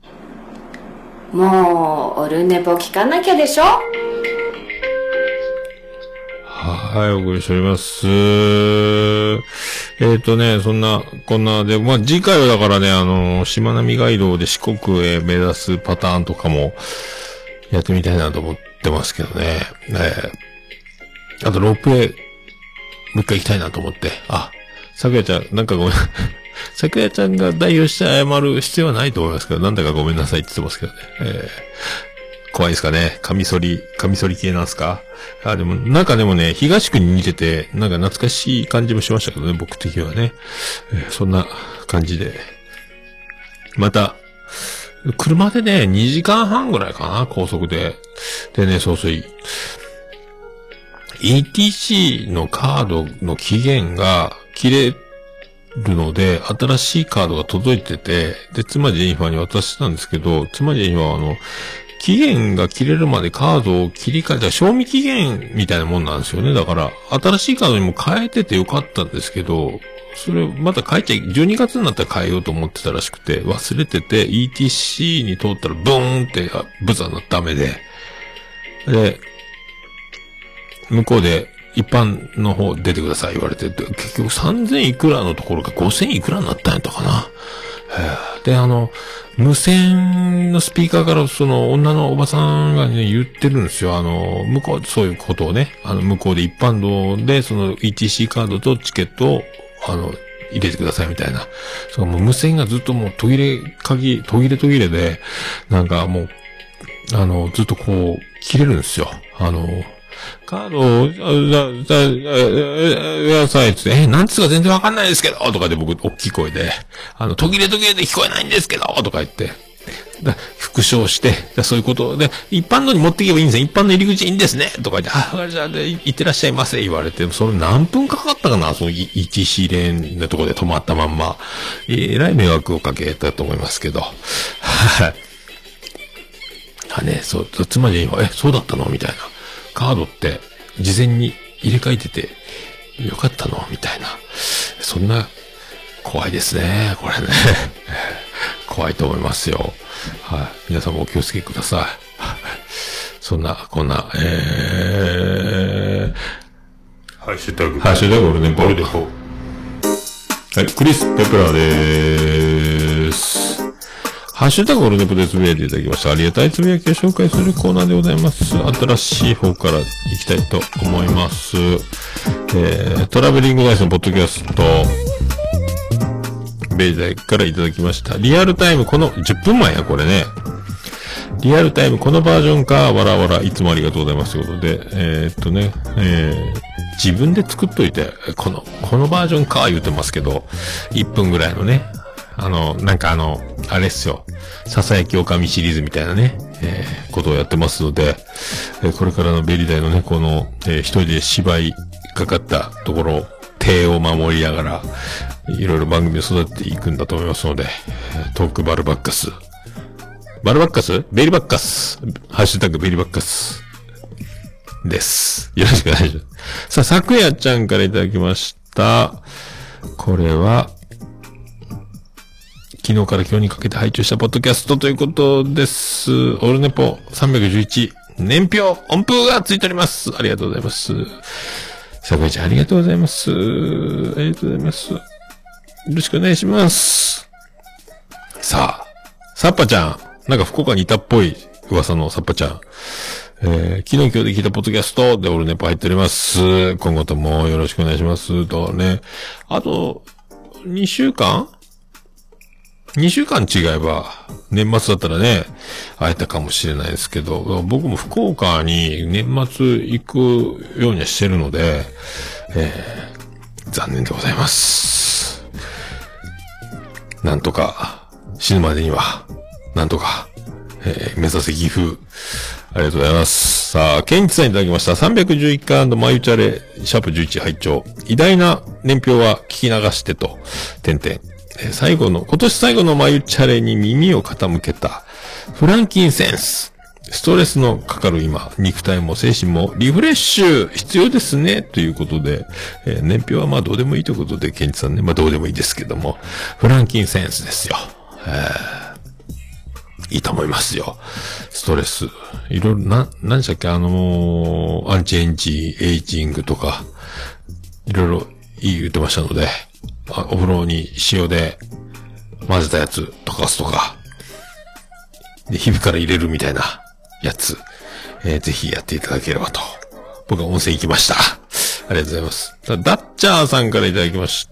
もう、オルネポ聞かなきゃでしょ。 はい、お送りしております。えっとね、そんな、こんなで、まあ、次回はだからね、あの、しまなみガイドで四国へ目指すパターンとかも、やってみたいなと思ってますけどね。えー、あと、ロープウェイ、もう一回行きたいなと思って。あ、さくやちゃん、なんかごめん。さくやちゃんが代表して謝る必要はないと思いますけど、なんだかごめんなさいって言ってますけどね。えー、怖いですかね。カミソリ、カミソリ系なんすか？あ、でも、なんかでもね、東区に似てて、なんか懐かしい感じもしましたけどね、僕的にはね。えー、そんな感じで。また、車でね、にじかんはんぐらいかな、高速で。でね、そうそう、イーティーシー のカードの期限が切れるので、新しいカードが届いてて、で、妻ジェニファーに渡してたんですけど、妻ジェニファーはあの、期限が切れるまでカードを切り替えた、賞味期限みたいなもんなんですよね。だから、新しいカードにも変えててよかったんですけど、それまた変えちゃい、じゅうにがつになったら変えようと思ってたらしくて、忘れてて、イーティーシー に通ったらブーンってブザーのダメで、で、向こうで一般の方出てください言われて、結局さんぜんいくらのところがごせんいくらになったんやったかな。で、あの、無線のスピーカーからその女のおばさんがね、言ってるんですよ。あの、向こう、そういうことをね、あの、向こうで一般道でその イーティーシー カードとチケットを、あの、入れてくださいみたいな。そう、もう無線がずっともう途切れ、鍵、途切れ途切れで、なんかもう、あの、ずっとこう、切れるんですよ。あの、カードを、だ、だ、だ、さいって、え、なんつうか全然わかんないですけど、とかで僕、大きい声で、あの、途切れ途切れで聞こえないんですけど、とか言って、だ復唱して、だそういうことで、一般のに持っていけばいいんですよ。一般の入り口いいんですね。とか言って、あ、わかりました。で、行ってらっしゃいませ。言われて、それ何分かかったかな、その イーティーシー レーンのところで止まったまんま。えらい迷惑をかけたと思いますけど。はい。あね、そう、妻には、え、そうだったのみたいな。カードって、事前に入れ替えてて、よかったのみたいな。そんな、怖いですね。これね。怖いと思いますよ。はい。皆さんもお気をつけください。そんな、こんな、えー、 ハッシュタグ。 ハッシュタグ、俺ね、ボルデフォー。はい、クリス・ペプラーでーす。ハッシュタグオルネポでつぶやいていただきました。ありがたいつぶやきを紹介するコーナーでございます。新しい方から行きたいと思います。えー、トラベリングダイスのポッドキャスト、ベイダイからいただきました。リアルタイム、この、じゅっぷんまえや、これね。リアルタイム、このバージョンか、わらわら、いつもありがとうございます。ということで、えー、っとね、えー、自分で作っといて、この、このバージョンか、言うてますけど、いっぷんぐらいのね、あの、なんかあの、あれっすよ。ささやきおかみシリーズみたいなね、えー、ことをやってますので、えー、これからのベリダイのね、この、えー、一人で芝居かかったところ、手を守りながら、いろいろ番組を育てていくんだと思いますので、トークバルバッカス。バルバッカスベリバッカス。ハッシュタグベリバッカス。 です。よろしくお願いします。さあ、昨夜ちゃんからいただきました。これは、昨日から今日にかけて配置したポッドキャストということです。オルネポさんびゃくじゅういち、年表、音符がついております。ありがとうございます。さくやちゃんありがとうございます。ありがとうございます。よろしくお願いします。さあ、サッパちゃん。なんか福岡にいたっぽい噂のサッパちゃん。えー、昨日今日で聞いたポッドキャストでオルネポ入っております。今後ともよろしくお願いします。とね。あと、にしゅうかんにしゅうかん違えば、年末だったらね、会えたかもしれないですけど、僕も福岡に年末行くようにはしてるので、えー、残念でございます。なんとか、死ぬまでには、なんとか、えー、目指せ岐阜。ありがとうございます。さあ、ケンチさんいただきました。さんびゃくじゅういっかいマユチャレ、シャープじゅういち拝聴。偉大な年表は聞き流してと、点々。最後の、今年最後のマユチャレに耳を傾けた、フランキンセンス。ストレスのかかる今、肉体も精神もリフレッシュ必要ですね。ということで、えー、年表はまあどうでもいいということで、ケンチさんね、まあどうでもいいですけども、フランキンセンスですよ。えー、いいと思いますよ。ストレス。いろいろ、な、何でしたっけ、あのー、アンチエンジ、エイジングとか、いろいろ言ってましたので、お風呂に塩で混ぜたやつ溶かすとか、で、皮膚から入れるみたいなやつ、えー、ぜひやっていただければと。僕は温泉行きました。ありがとうございます。ダッチャーさんからいただきました。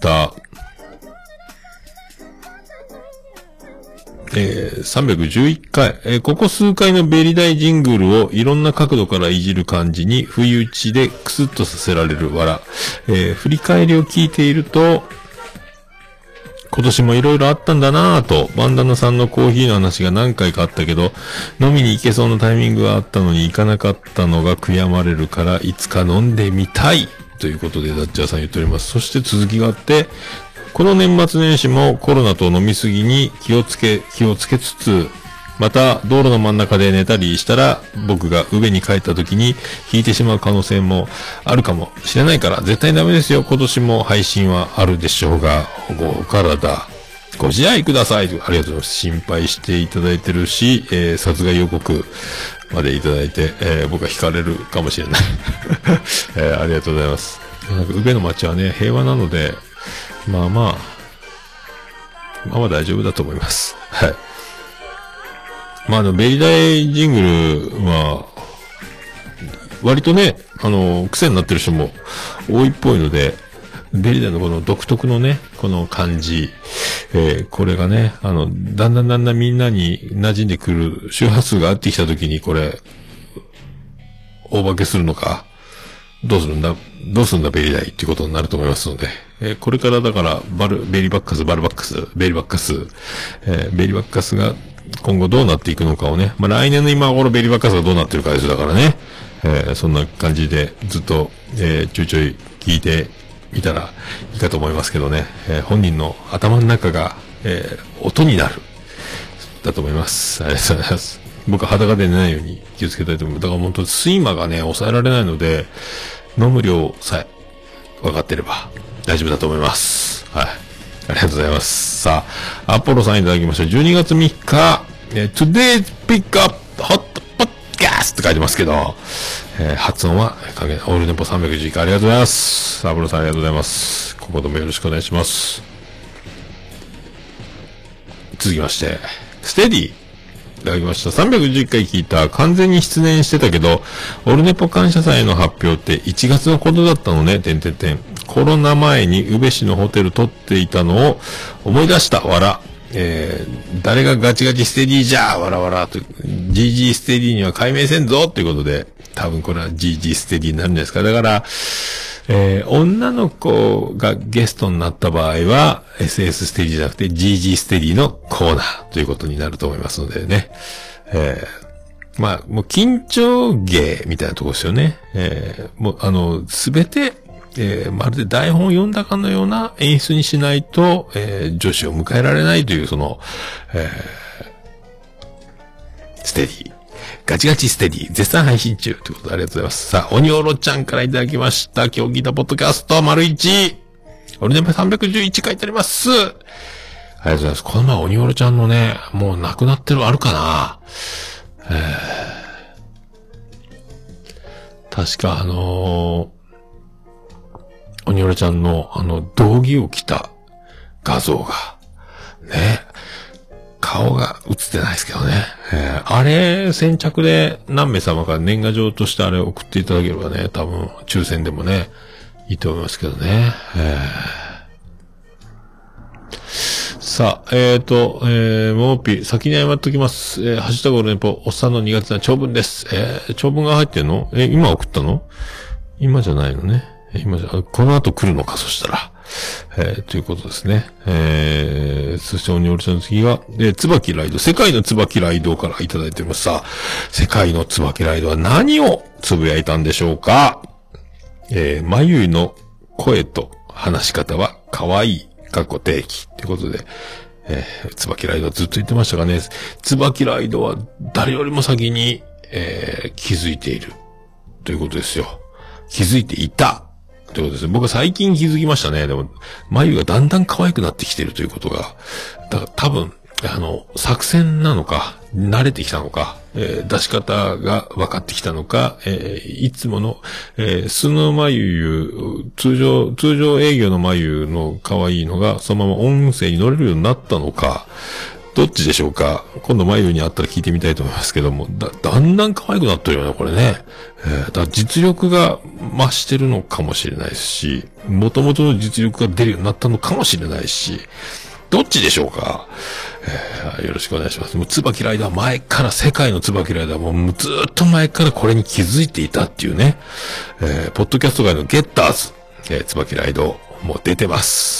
えー、さんびゃくじゅういっかい、えー、ここ数回のベリダイジングルをいろんな角度からいじる感じに不意打ちでクスッとさせられる笑。えー、振り返りを聞いていると、今年もいろいろあったんだなぁと、バンダナさんのコーヒーの話が何回かあったけど、飲みに行けそうなタイミングがあったのに行かなかったのが悔やまれるから、いつか飲んでみたいということでダッチャーさん言っております。そして続きがあって、この年末年始もコロナと飲みすぎに気をつけ、気をつけつつ、また道路の真ん中で寝たりしたら僕が上に帰った時に引いてしまう可能性もあるかもしれないから絶対ダメですよ。今年も配信はあるでしょうが、ご体ご自愛ください。ありがとうございます。心配していただいてるし、えー、殺害予告までいただいて、えー、僕は惹かれるかもしれない、えー。ありがとうございます。なんか宇部の街はね平和なので、まあまあまあまあ大丈夫だと思います。はい。まあ、あの、ベリダイジングルは、割とね、あの、癖になってる人も多いっぽいので、ベリダイのこの独特のね、この感じ、えー、これがね、あの、だんだんだんだんみんなに馴染んでくる周波数が合ってきたときに、これ、大化けするのか、どうするんだ、どうするんだベリダイっていうことになると思いますので、えー、これからだから、バル、ベリバッカス、バルバッカス、ベリバッカス、えー、ベリバッカスが、今後どうなっていくのかをね。まあ、来年の今頃ベリバッカスがどうなってるかですだからね。えー、そんな感じでずっと、えー、ちょいちょい聞いてみたらいいかと思いますけどね。えー、本人の頭の中が、えー、音になる。だと思います。ありがとうございます。僕は裸で寝ないように気をつけたいと思います。だから本当睡魔がね、抑えられないので、飲む量さえ分かってれば大丈夫だと思います。はい。ありがとうございます。さあ、アポロさんいただきました。じゅうにがつみっか、えー、Today's Pick Up Hot Podcast って書いてますけど、えー、発音は、オールネポさんびゃくじゅういっかいありがとうございます。アポロさんありがとうございます。今後ともよろしくお願いします。続きまして、ステディ。いただきました。さんびゃくじゅういっかい聞いた。完全に失念してたけど、オルネポ感謝祭の発表っていちがつのことだったのね、てんてんてん。コロナ前に宇部市のホテル取っていたのを思い出した、わら。えー、誰がガチガチステディじゃー、わらわらと。ジージー ステディには解明せんぞということで、多分これは ジージー ステディになるんですか。だから、えー、女の子がゲストになった場合は エスエス ステディじゃなくて ジージー ステディのコーナーということになると思いますのでね。えー、まあ、もう緊張芸みたいなところですよね。えー、もうあの、すべて、えー、まるで台本を読んだかのような演出にしないと、えー、女子を迎えられないというその、えー、ステディ。 ガチガチステディ、絶賛配信中。ということでありがとうございます。さあ、鬼おろちゃんからいただきました。今日聞いたポッドキャスト、丸一。俺ね、さんびゃくじゅういち書いてあります。ありがとうございます。この前、鬼おろちゃんのね、もう亡くなってるあるかな、えー、確かあのー、鬼おろちゃんのあの、道着を着た画像が、ね、顔が映ってないですけどね。えー、あれ、先着で何名様か年賀状としてあれ送っていただければね、多分、抽選でもね、いいと思いますけどね。えー、さあ、えーと、えー、ももぴ、先に謝っときます。えー、ハッシュタグオルネポ、おっさんの苦手な長文です。えー、長文が入ってんの？えー、今送ったの？今じゃないのね。今じゃ、この後来るのか、そしたら。えー、ということですね。えー、そして鬼おろちゃんの次は、えー、椿ライド、世界の椿ライドからいただいております。さあ、世界の椿ライドは何をつぶやいたんでしょうか？えー、まゆいの声と話し方は可愛い、かっこ定期。ということで、えー、つばきライドはずっと言ってましたがね、つばきライドは誰よりも先に、えー、気づいている。ということですよ。気づいていた。ということですね。僕は最近気づきましたね。でも、まゆがだんだん可愛くなってきているということが、だから多分、あの、作戦なのか、慣れてきたのか、えー、出し方が分かってきたのか、えー、いつもの、えー、素の眉、通常、通常営業の眉の可愛いのが、そのまま音声に乗れるようになったのか、どっちでしょうか。今度眉に会ったら聞いてみたいと思いますけども、だ、だんだん可愛くなってるよね、これね。えー、だ実力が増してるのかもしれないし、元々の実力が出るようになったのかもしれないし、どっちでしょうか。えー、よろしくお願いします。もう、椿ライダー前から、世界の椿ライダーもずーっと前からこれに気づいていたっていうね。えー、ポッドキャスト界のゲッターズ、えー、椿ライド、もう出てます。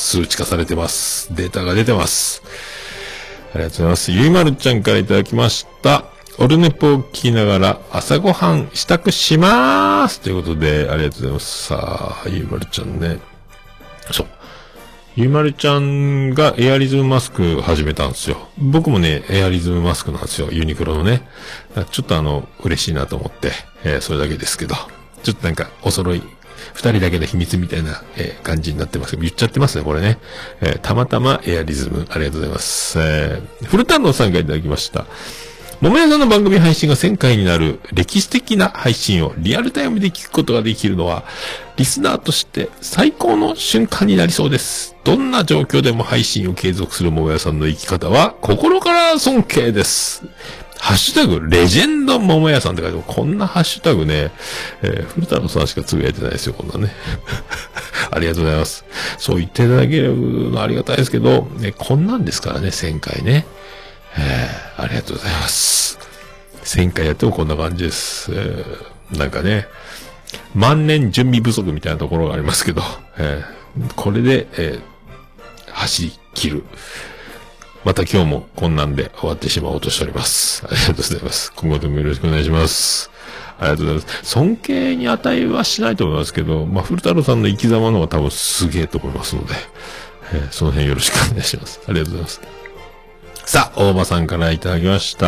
数値化されてます。データが出てます。ありがとうございます。ゆいまるちゃんからいただきました。オルネポを聞きながら朝ごはん支度しまーす。ということで、ありがとうございます。さあ、ゆいまるちゃんね。そう。ゆいまるちゃんがエアリズムマスク始めたんですよ。僕もね、エアリズムマスクなんですよ。ユニクロのね。ちょっとあの、嬉しいなと思って、えー、それだけですけど。ちょっとなんか、お揃い、二人だけの秘密みたいな、えー、感じになってますけど、言っちゃってますね、これね。えー、たまたまエアリズム、ありがとうございます。えー、古田郎さんがいただきました。桃屋さんの番組配信がせんかいになる歴史的な配信をリアルタイムで聞くことができるのは、リスナーとして最高の瞬間になりそうです。どんな状況でも配信を継続する桃屋さんの生き方は心から尊敬です。ハッシュタグ、レジェンド桃屋さんって書いてある。こんなハッシュタグね、えー、古田郎さんしかつぶやいてないですよ、こんなね。ありがとうございます。そう言っていただけるのありがたいですけど、ね、こんなんですからね、せんかいね。えー、ありがとうございます。せんかいやってもこんな感じです。えー、なんかね、万年準備不足みたいなところがありますけど、えー、これで、えー、走り切る。また今日もこんなんで終わってしまおうとしております。ありがとうございます。今後ともよろしくお願いします。ありがとうございます。尊敬に値はしないと思いますけど、まあ、古太郎さんの生き様の方が多分すげえと思いますので、えー、その辺よろしくお願いします。ありがとうございます。さあ、大場さんからいただきました。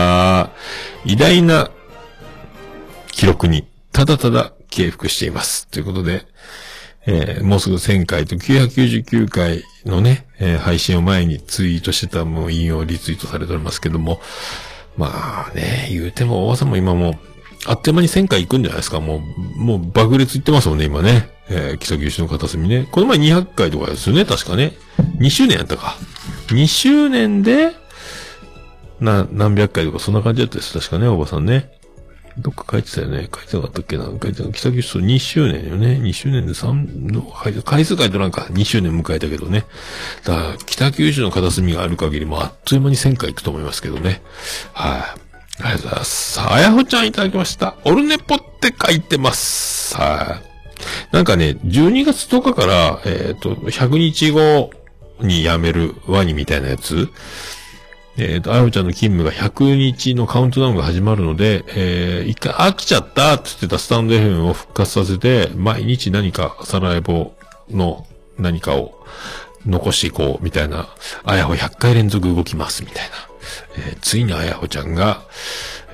偉大な記録にただただ敬服しています。ということで、えー、もうすぐせんかいときゅうひゃくきゅうじゅうきゅうかいのね、えー、配信を前にツイートしてたもう引用リツイートされておりますけども、まあね、言うても大場さんも今もう、あっという間にせんかい行くんじゃないですか。もう、もう爆裂行ってますもんね、今ね。えー、北九州の片隅ね。この前にひゃっかいとかですよね、確かね。にしゅうねんやったか。にしゅうねんで、な、何百回とかそんな感じだったです。確かね、おばさんね。どっか書いてたよね。書いてなかったっけな。書いてた。北九州にしゅうねんよね。にしゅうねんでさんの、回数書いてなんかにしゅうねん迎えたけどね。だから、北九州の片隅がある限りもあっという間にせんかい行くと思いますけどね。はい、あ。ありがとうございます。さあ、あやほちゃんいただきました。オルネポって書いてます。はい。なんかね、じゅうにがつとおかから、えっと、ひゃくにちごに辞めるワニみたいなやつ。えっと、あやほちゃんの勤務がひゃくにちのカウントダウンが始まるので、えー、一回飽きちゃったって言ってたスタンド エフエム を復活させて、毎日何かサラエボの何かを残していこうみたいな、あやほひゃっかい連続動きますみたいな。えー、ついにあやほちゃんが、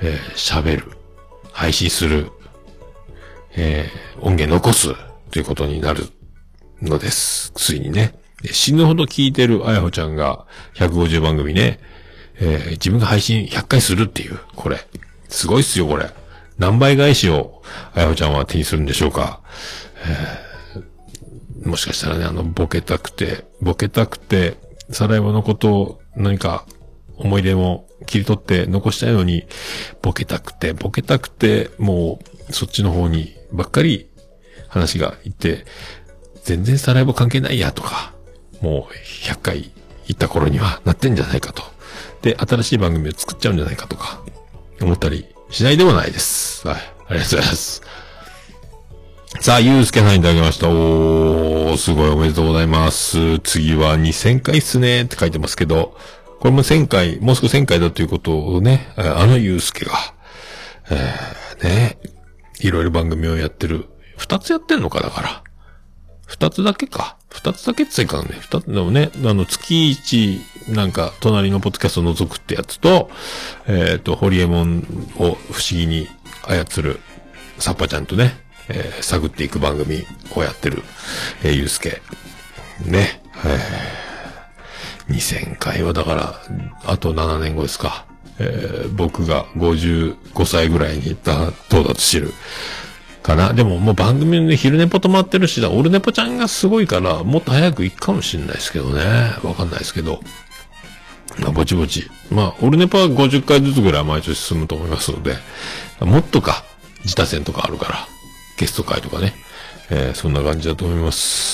えー、喋る、配信する、えー、音源残すということになるのです。ついにね。死ぬほど聞いてるあやほちゃんがひゃくごじゅうばん組ね、えー、自分が配信ひゃっかいするっていう、これ。すごいっすよ、これ。何倍返しをあやほちゃんは手にするんでしょうか。えー、もしかしたらね、あの、ボケたくて、ボケたくて、サライバのことを何か思い出も切り取って残したいのに、ボケたくて、ボケたくて、もう、そっちの方にばっかり話がいって、全然サライバ関係ないやとか、もうひゃっかい行った頃にはなってんじゃないかと。で、新しい番組を作っちゃうんじゃないかとか、思ったりしないでもないです。はい。ありがとうございます。さあ、ゆうすけさんいただきました。おー、すごいおめでとうございます。次はにせんかいっすねって書いてますけど、これもせんかい、もうすぐせんかいだということをね、あのゆうすけが、えー、ね、いろいろ番組をやってる。二つやってんのかだから。二つだけか。二つだけって言ったらいかんね。二つでもね、あの、月一、なんか、隣のポッドキャストを覗くってやつと、えっと、ホリエモンを不思議に操る、サッパちゃんとね、えー、探っていく番組をやってる、えー、ゆうすけ。ね。えー、にせんかいはだから、あとななねんごですか。えー、僕がごじゅうごさいぐらいに到達してる。かな。でももう番組で昼寝ぽ止まってるしだ、オルネポちゃんがすごいから、もっと早く行くかもしれないですけどね。わかんないですけど。まあ、ぼちぼち。まあ、オルネポはごじゅっかいずつぐらい毎年進むと思いますので、もっとか、自他戦とかあるから、ゲスト会とかね。えー、そんな感じだと思います。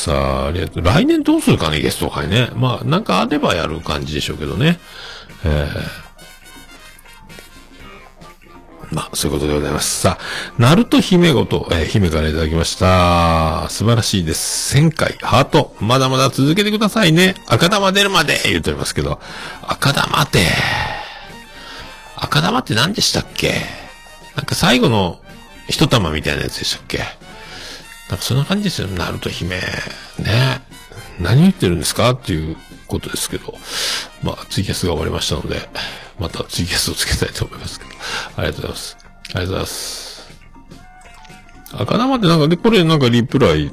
さあ、ありがとう。来年どうするかね、ゲスト会ね。まあ、なんかあればやる感じでしょうけどね。えーまあ、そういうことでございます。さあ、ナルト姫ごと、えー、姫からいただきました。素晴らしいです。せんかい、ハート、まだまだ続けてくださいね。赤玉出るまで言っておりますけど、赤玉って、赤玉って何でしたっけ？なんか最後の一玉みたいなやつでしたっけ？なんかそんな感じですよ、ナルト姫。ね。何言ってるんですかっていうことですけど、まあ、ツイキャスが終わりましたので、またツイキャスをつけたいと思いますけど。ありがとうございます。ありがとうございます。赤玉ってなんか、で、これなんかリプライ。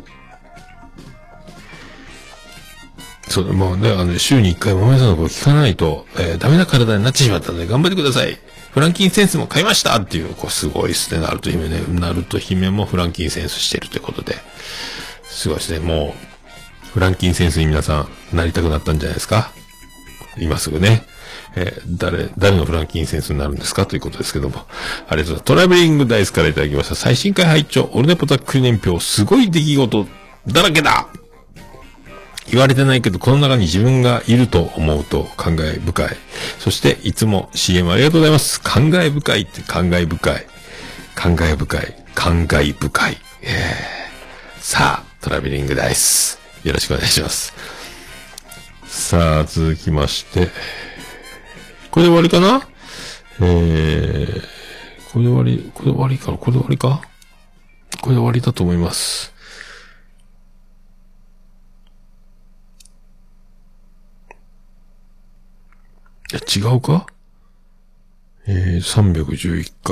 そう、もうね、あの、週にいっかい桃屋さんの声聞かないと、えー、ダメな体になってしまったので頑張ってください。フランキンセンスも買いましたっていう、こう、すごいですね。ナルト姫ね。ナルト姫もフランキンセンスしてるということで。すごいですね。もう、フランキンセンスに皆さん、なりたくなったんじゃないですか？今すぐね。えー、誰、誰のフランキンセンスになるんですかということですけども。ありがとうございます。トラベリングダイスからいただきました。最新回拝聴オルネポざっくり年表、すごい出来事だらけだ言われてないけど、この中に自分がいると思うと感慨深い。そして、いつも シーエム ありがとうございます。感慨深いって感慨深い。感慨深い。感慨深い。えー、さあ、トラベリングダイス。よろしくお願いします。さあ、続きまして。これで終わりかな？えー、これで終わり、これで終わりかな？これで終わりか？これで終わりだと思います。いや、違うか？えー、さんびゃくじゅういっかい。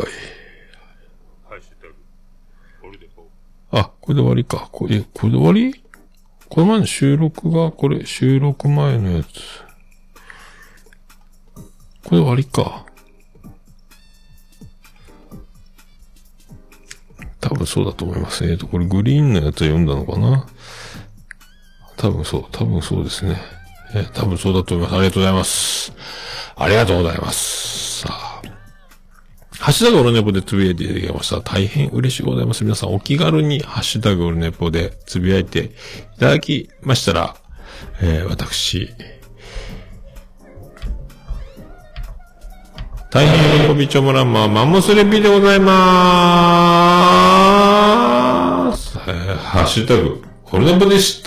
あ、これで終わりか。これ、これで終わり？この前の収録が、これ、収録前のやつ。これで終わりか。多分そうだと思います。えーと、これグリーンのやつ読んだのかな？多分そう、多分そうですね。えー、多分そうだと思います。ありがとうございます。ありがとうございます。さあ。ハッシュタグオルネポでつぶやいていただきました。大変嬉しいございます。皆さんお気軽にハッシュタグオルネポでつぶやいていただきましたら、えー、私、大変喜びちょもらんま、マンモスレビでございまーす。えー、ハッシュタグオルネポでした。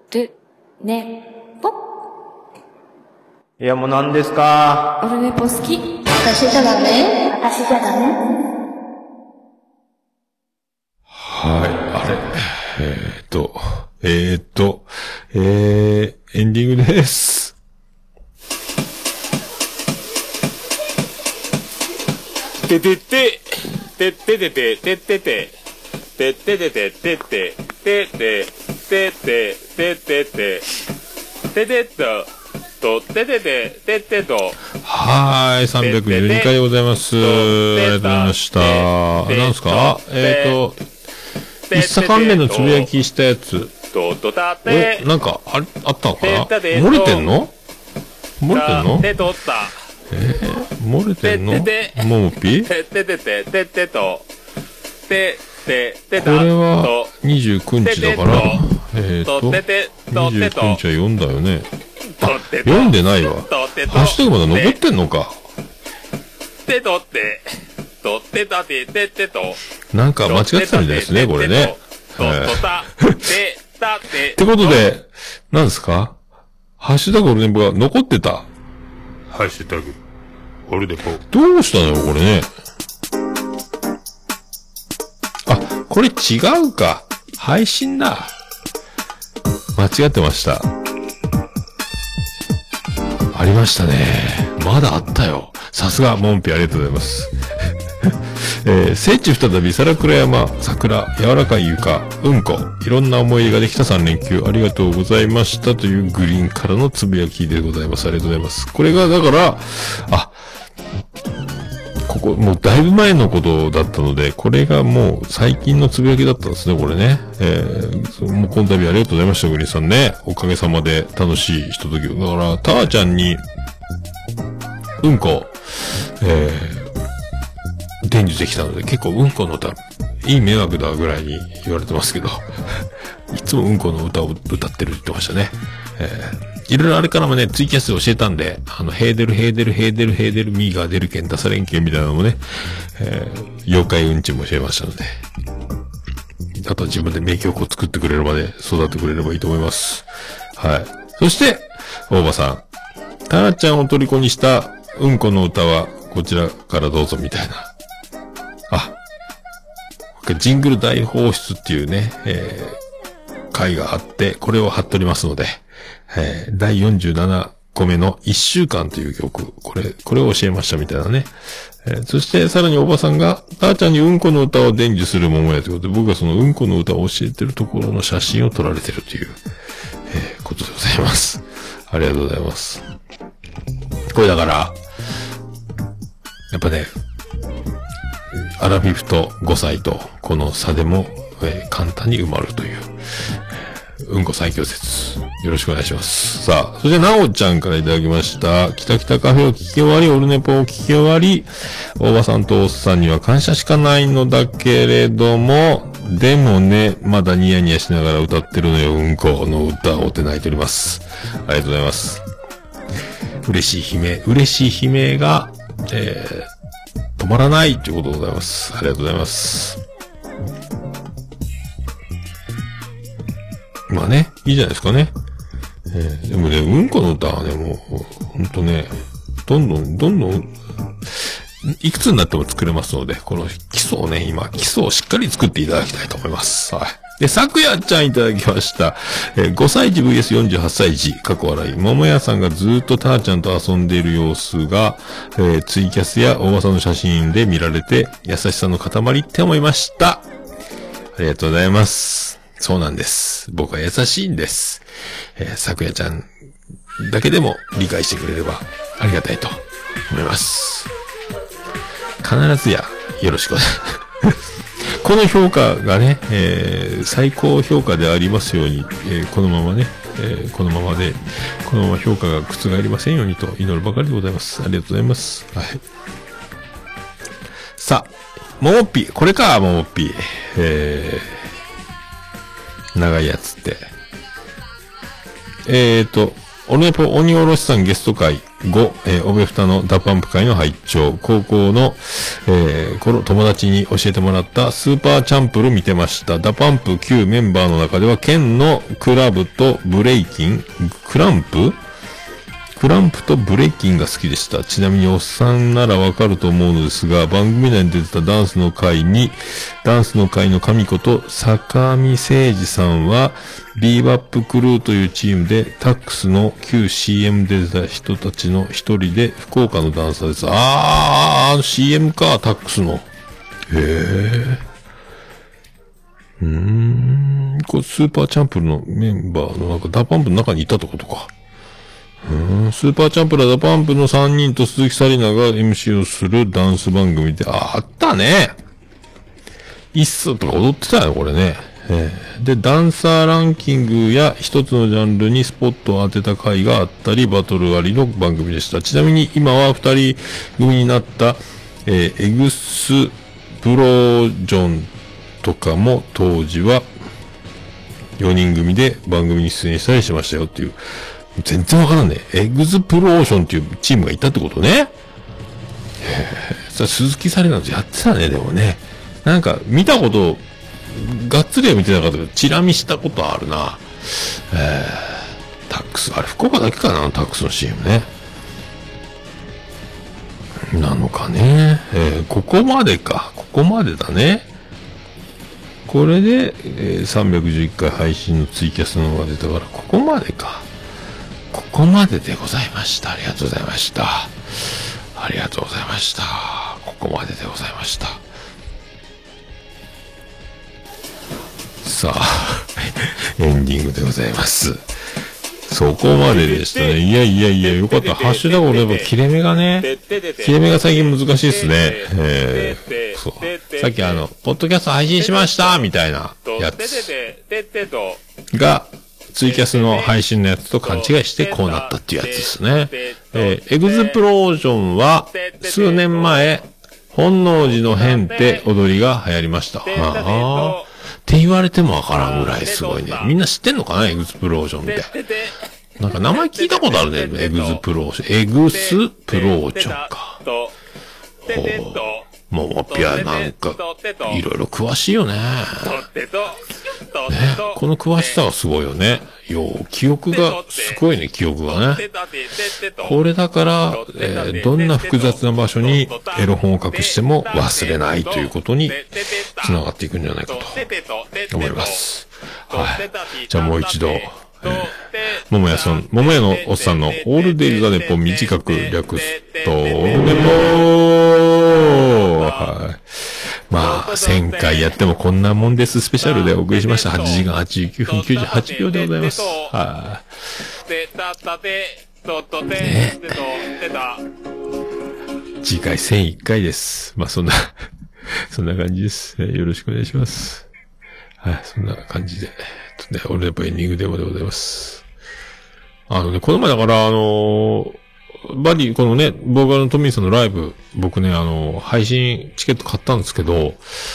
る、ね、ぽ。 いや、もう何ですか？ オルネポ好き。 私じゃダメ？私じゃダメ？ はい、あれ。えーっと、えーっと、えー、エンディングです。 ててて、てててて、ててて、てててて、てて、てて、てて、ててて、ててと、と、ててて、ててと。 はーい、さんびゃくじゅうにかいでございます。ありがとうございました。何ですか？えーっと、一茶関連のつぶやきしたやつ。 と、とたえ、 て。 なんか、あ、あったのかな？漏れてんの？漏れてんの？ てとった。 えー、漏れてんの？ももぴ？ てててて、ててと。て、て、てこれはにじゅうくにちだから、えーと、にじゅうくにちは読んだよね。読んでないわ。ハッシュタグまだ残ってんのか。 てとって、とってたて、ててと。 なんか間違ってたみたいですね、これね。 と、とた、て、たて。 ってことで、何ですか？ハッシュタグオルネポが残ってた。 ハッシュタグ、オルネポ。 どうしたのよ、これね。あ、これ違うか。配信だ。間違ってました。ありましたね。まだあったよ。さすが、モンピありがとうございます。えー、聖地再び、皿倉山、桜、柔らかい床、うんこ、いろんな思い出ができたさん連休、ありがとうございましたというグリーンからのつぶやきでございます。ありがとうございます。これが、だから、あ、ここ、もうだいぶ前のことだったので、これがもう最近のつぶやきだったんですね、これね。えー、もうこの度ありがとうございました、グリーンさんね。おかげさまで楽しいひとときを。だから、ターちゃんに、うんこ、えー、伝授できたので、結構うんこの歌、いい迷惑だぐらいに言われてますけど、いつもうんこの歌を歌ってるって言ってましたね。えー、いろいろあれからもね、ツイキャスで教えたんで、あの、ヘーデル、ヘーデル、ヘーデル、ヘーデル、ミーが出るけん、出されんけんみたいなのもね、えー、妖怪うんちも教えましたので、あとは自分で名曲を作ってくれるまで育ってくれればいいと思います。はい。そして、大場さん。タラちゃんを虜にしたうんこの歌は、こちらからどうぞみたいな。あ、ジングル大放出っていうね、えー、回があって、これを貼っておりますので、えー、だいよんじゅうななこめのいっしゅうかんという曲、これ、これを教えましたみたいなね。えー、そしてさらにおばさんが、たーちゃんにうんこの歌を伝授する桃やということで、僕がそのうんこの歌を教えてるところの写真を撮られてるという、えー、ことでございます。ありがとうございます。これだから、やっぱね、アラフィフとごさいと、この差でも、えー、簡単に埋まるという、うんこ最強説。よろしくお願いします。さあ、そしてなおちゃんからいただきました。きたきたカフェを聞き終わり、オルネポを聞き終わり、大場さんとおっさんには感謝しかないのだけれども、でもね、まだニヤニヤしながら歌ってるのよ、うんこの歌をって泣いております。ありがとうございます。嬉しい悲鳴、嬉しい悲鳴が、えー、止まらないということでございます。ありがとうございます。まあね、いいじゃないですかね。えー、でもね、うんこの歌はね、もう、ほんとね、どんどん、どんどん、いくつになっても作れますので、この基礎をね、今、基礎をしっかり作っていただきたいと思います。はい。で、昨夜ちゃんいただきました。えー、ごさい児 ブイエスよんじゅうはっさい児、過去笑い。桃屋さんがずーっとターちゃんと遊んでいる様子が、えー、ツイキャスや大場さんの写真で見られて、優しさの塊って思いました。ありがとうございます。そうなんです。僕は優しいんです。えー、昨夜ちゃんだけでも理解してくれればありがたいと思います。必ずやよろしくお願いします。この評価がね、えー、最高評価でありますように、えー、このままね、えー、このままで、このまま評価が覆りませんようにと祈るばかりでございます。ありがとうございます。はい。さあ、ももっぴ、これか、ももっぴ。えー、長いやつって。えーと、オルネポ鬼おろしさんゲスト会、 後、えー、オベフタのダパンプ会の拝聴、高校の、えー、頃友達に教えてもらったスーパーチャンプル見てました。ダパンプ旧メンバーの中では剣のクラブとブレイキン、クランプクランプとブレイキンが好きでした。ちなみにおっさんならわかると思うのですが、番組内に出てたダンスの会に、ダンスの会の神こと坂見誠二さんは、ビーバップクルーというチームで、タックスの旧 シーエム で出た人たちの一人で、福岡のダンサーです。あー、シーエム か、タックスの。へー。うーん、これスーパーチャンプルのメンバーのなんかダパンプの中にいたってことか。うーん、スーパーチャンプラーダパンプのさんにんと鈴木紗理奈が エムシー をするダンス番組で、あ、あったね。イッスとか踊ってたよ、これね。えー、で、ダンサーランキングや一つのジャンルにスポットを当てた回があったり、バトルありの番組でした。ちなみに今は二人組になった、えー、エグスプロージョンとかも当時はよにん組で番組に出演したりしましたよっていう。全然わからんね。エグズプローションっていうチームがいたってことね。へぇ。さ、鈴木紗理奈とやってたね、でもね。なんか、見たこと、がっつりは見てなかったけど、チラ見したことあるな。えー、タックス、あれ、福岡だけかな、タックスの シーエム ね。なのかね。えー、ここまでか。ここまでだね。これで、えー、さんびゃくじゅういっかい配信のツイキャスのが出たから、ここまでか。ここまででございました。ありがとうございました。ありがとうございました。ここまででございました。さあ、エンディングでございます。そこまででしたね。いやいやいや、よかった。ハッシュタグ俺も切れ目がね、切れ目が最近難しいですね。えー、そう。さっきあの、ポッドキャスト配信しましたみたいなやつが、ツイキャスの配信のやつと勘違いしてこうなったっていうやつですね。えー、エグズプロージョンは数年前、本能寺の変って踊りが流行りました。あーって言われてもわからんぐらいすごいね。みんな知ってんのかなエグズプロージョンって。なんか名前聞いたことあるね。エグズプロージョン。エグスプロージョンか。ほう。ももぴゃなんか、いろいろ詳しいよね。ね、この詳しさはすごいよね。よう、記憶が、すごいね、記憶がね。これだから、えー、どんな複雑な場所にエロ本を隠しても忘れないということに繋がっていくんじゃないかと思います。はい。じゃあもう一度、えー、桃屋さん、桃屋のおっさんのオールデイズ・ザ・ネポ短く略すと、オールネポーはい。まあ、せんかいやってもこんなもんですスペシャルでお送りしました。はちじかんはちじゅうきゅうふんきゅうじゅうはちびょうでございます。はい。ね。次回せんいっかいです。まあそんな、そんな感じです。えー、よろしくお願いします。はい、そんな感じで。ね、俺やっぱエンディングデモでございます。あのね、この前だから、あのー、バディ、このね、ボーカルのトミーさんのライブ、僕ね、あのー、配信チケット買ったんですけど、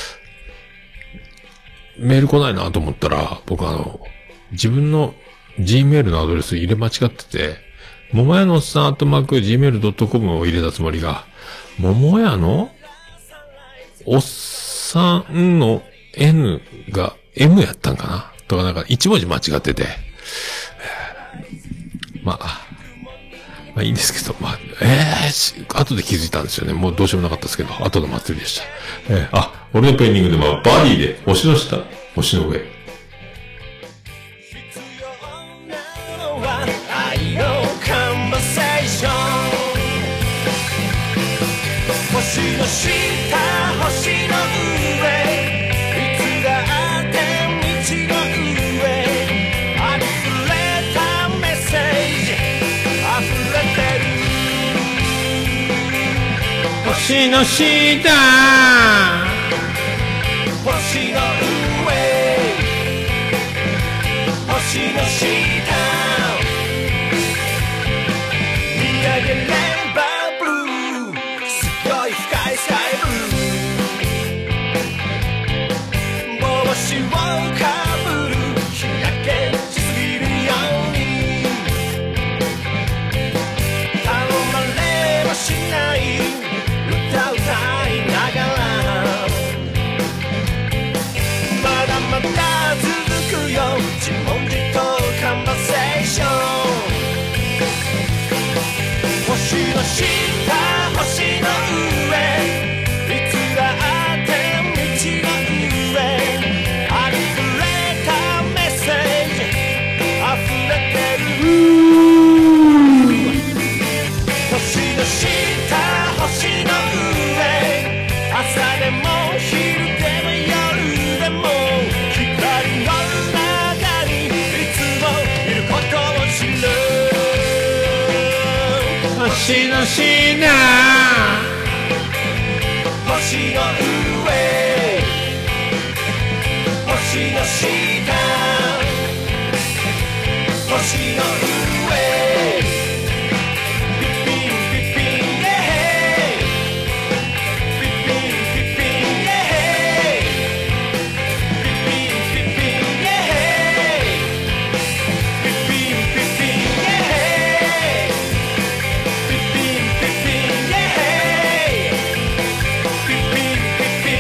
メール来ないなと思ったら、僕あの、自分の Gmail のアドレス入れ間違ってて、桃屋のおっさんアットマーク ジーメールドットコム を入れたつもりが、桃屋のおっさんの N が M やったんかなとかなんか一文字間違ってて。まあ、まあいいんですけど、まあ、ええー、後で気づいたんですよね。もうどうしようもなかったですけど、後の祭りでした。えー、あ、俺のペンディングでもバディで、星の下、星の上。 星の下、星の上、いつだって道の上、あふれたメッセージあふれてる。 星の下、 星の上、星の下、見上げれば帽子をかぶる日焼けしすぎるように頼しのしな星の上星の下星の上ピッピンピッピンイェヘイピッピンピッピンイェヘイピッピンピッピンイェヘイピッピンピッピンイェヘイピッピンピッピンイェヘイピッピンピッピンイェヘイピッピンピッピンイェヘイ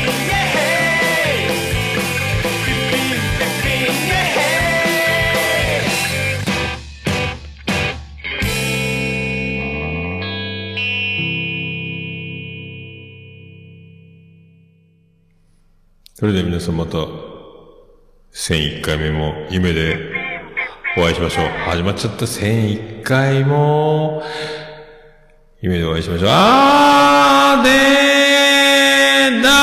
それでは皆さんまたせんいっかいめも夢でお会いしましょう。始まっちゃったせんいっかいも夢でお会いしましょう。あーでーだ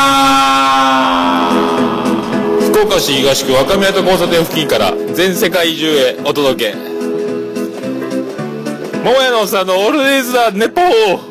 ー福岡市東区若宮と交差点付近から全世界中へお届け。桃屋のおっさんのオールディーズ・ザ・ネポー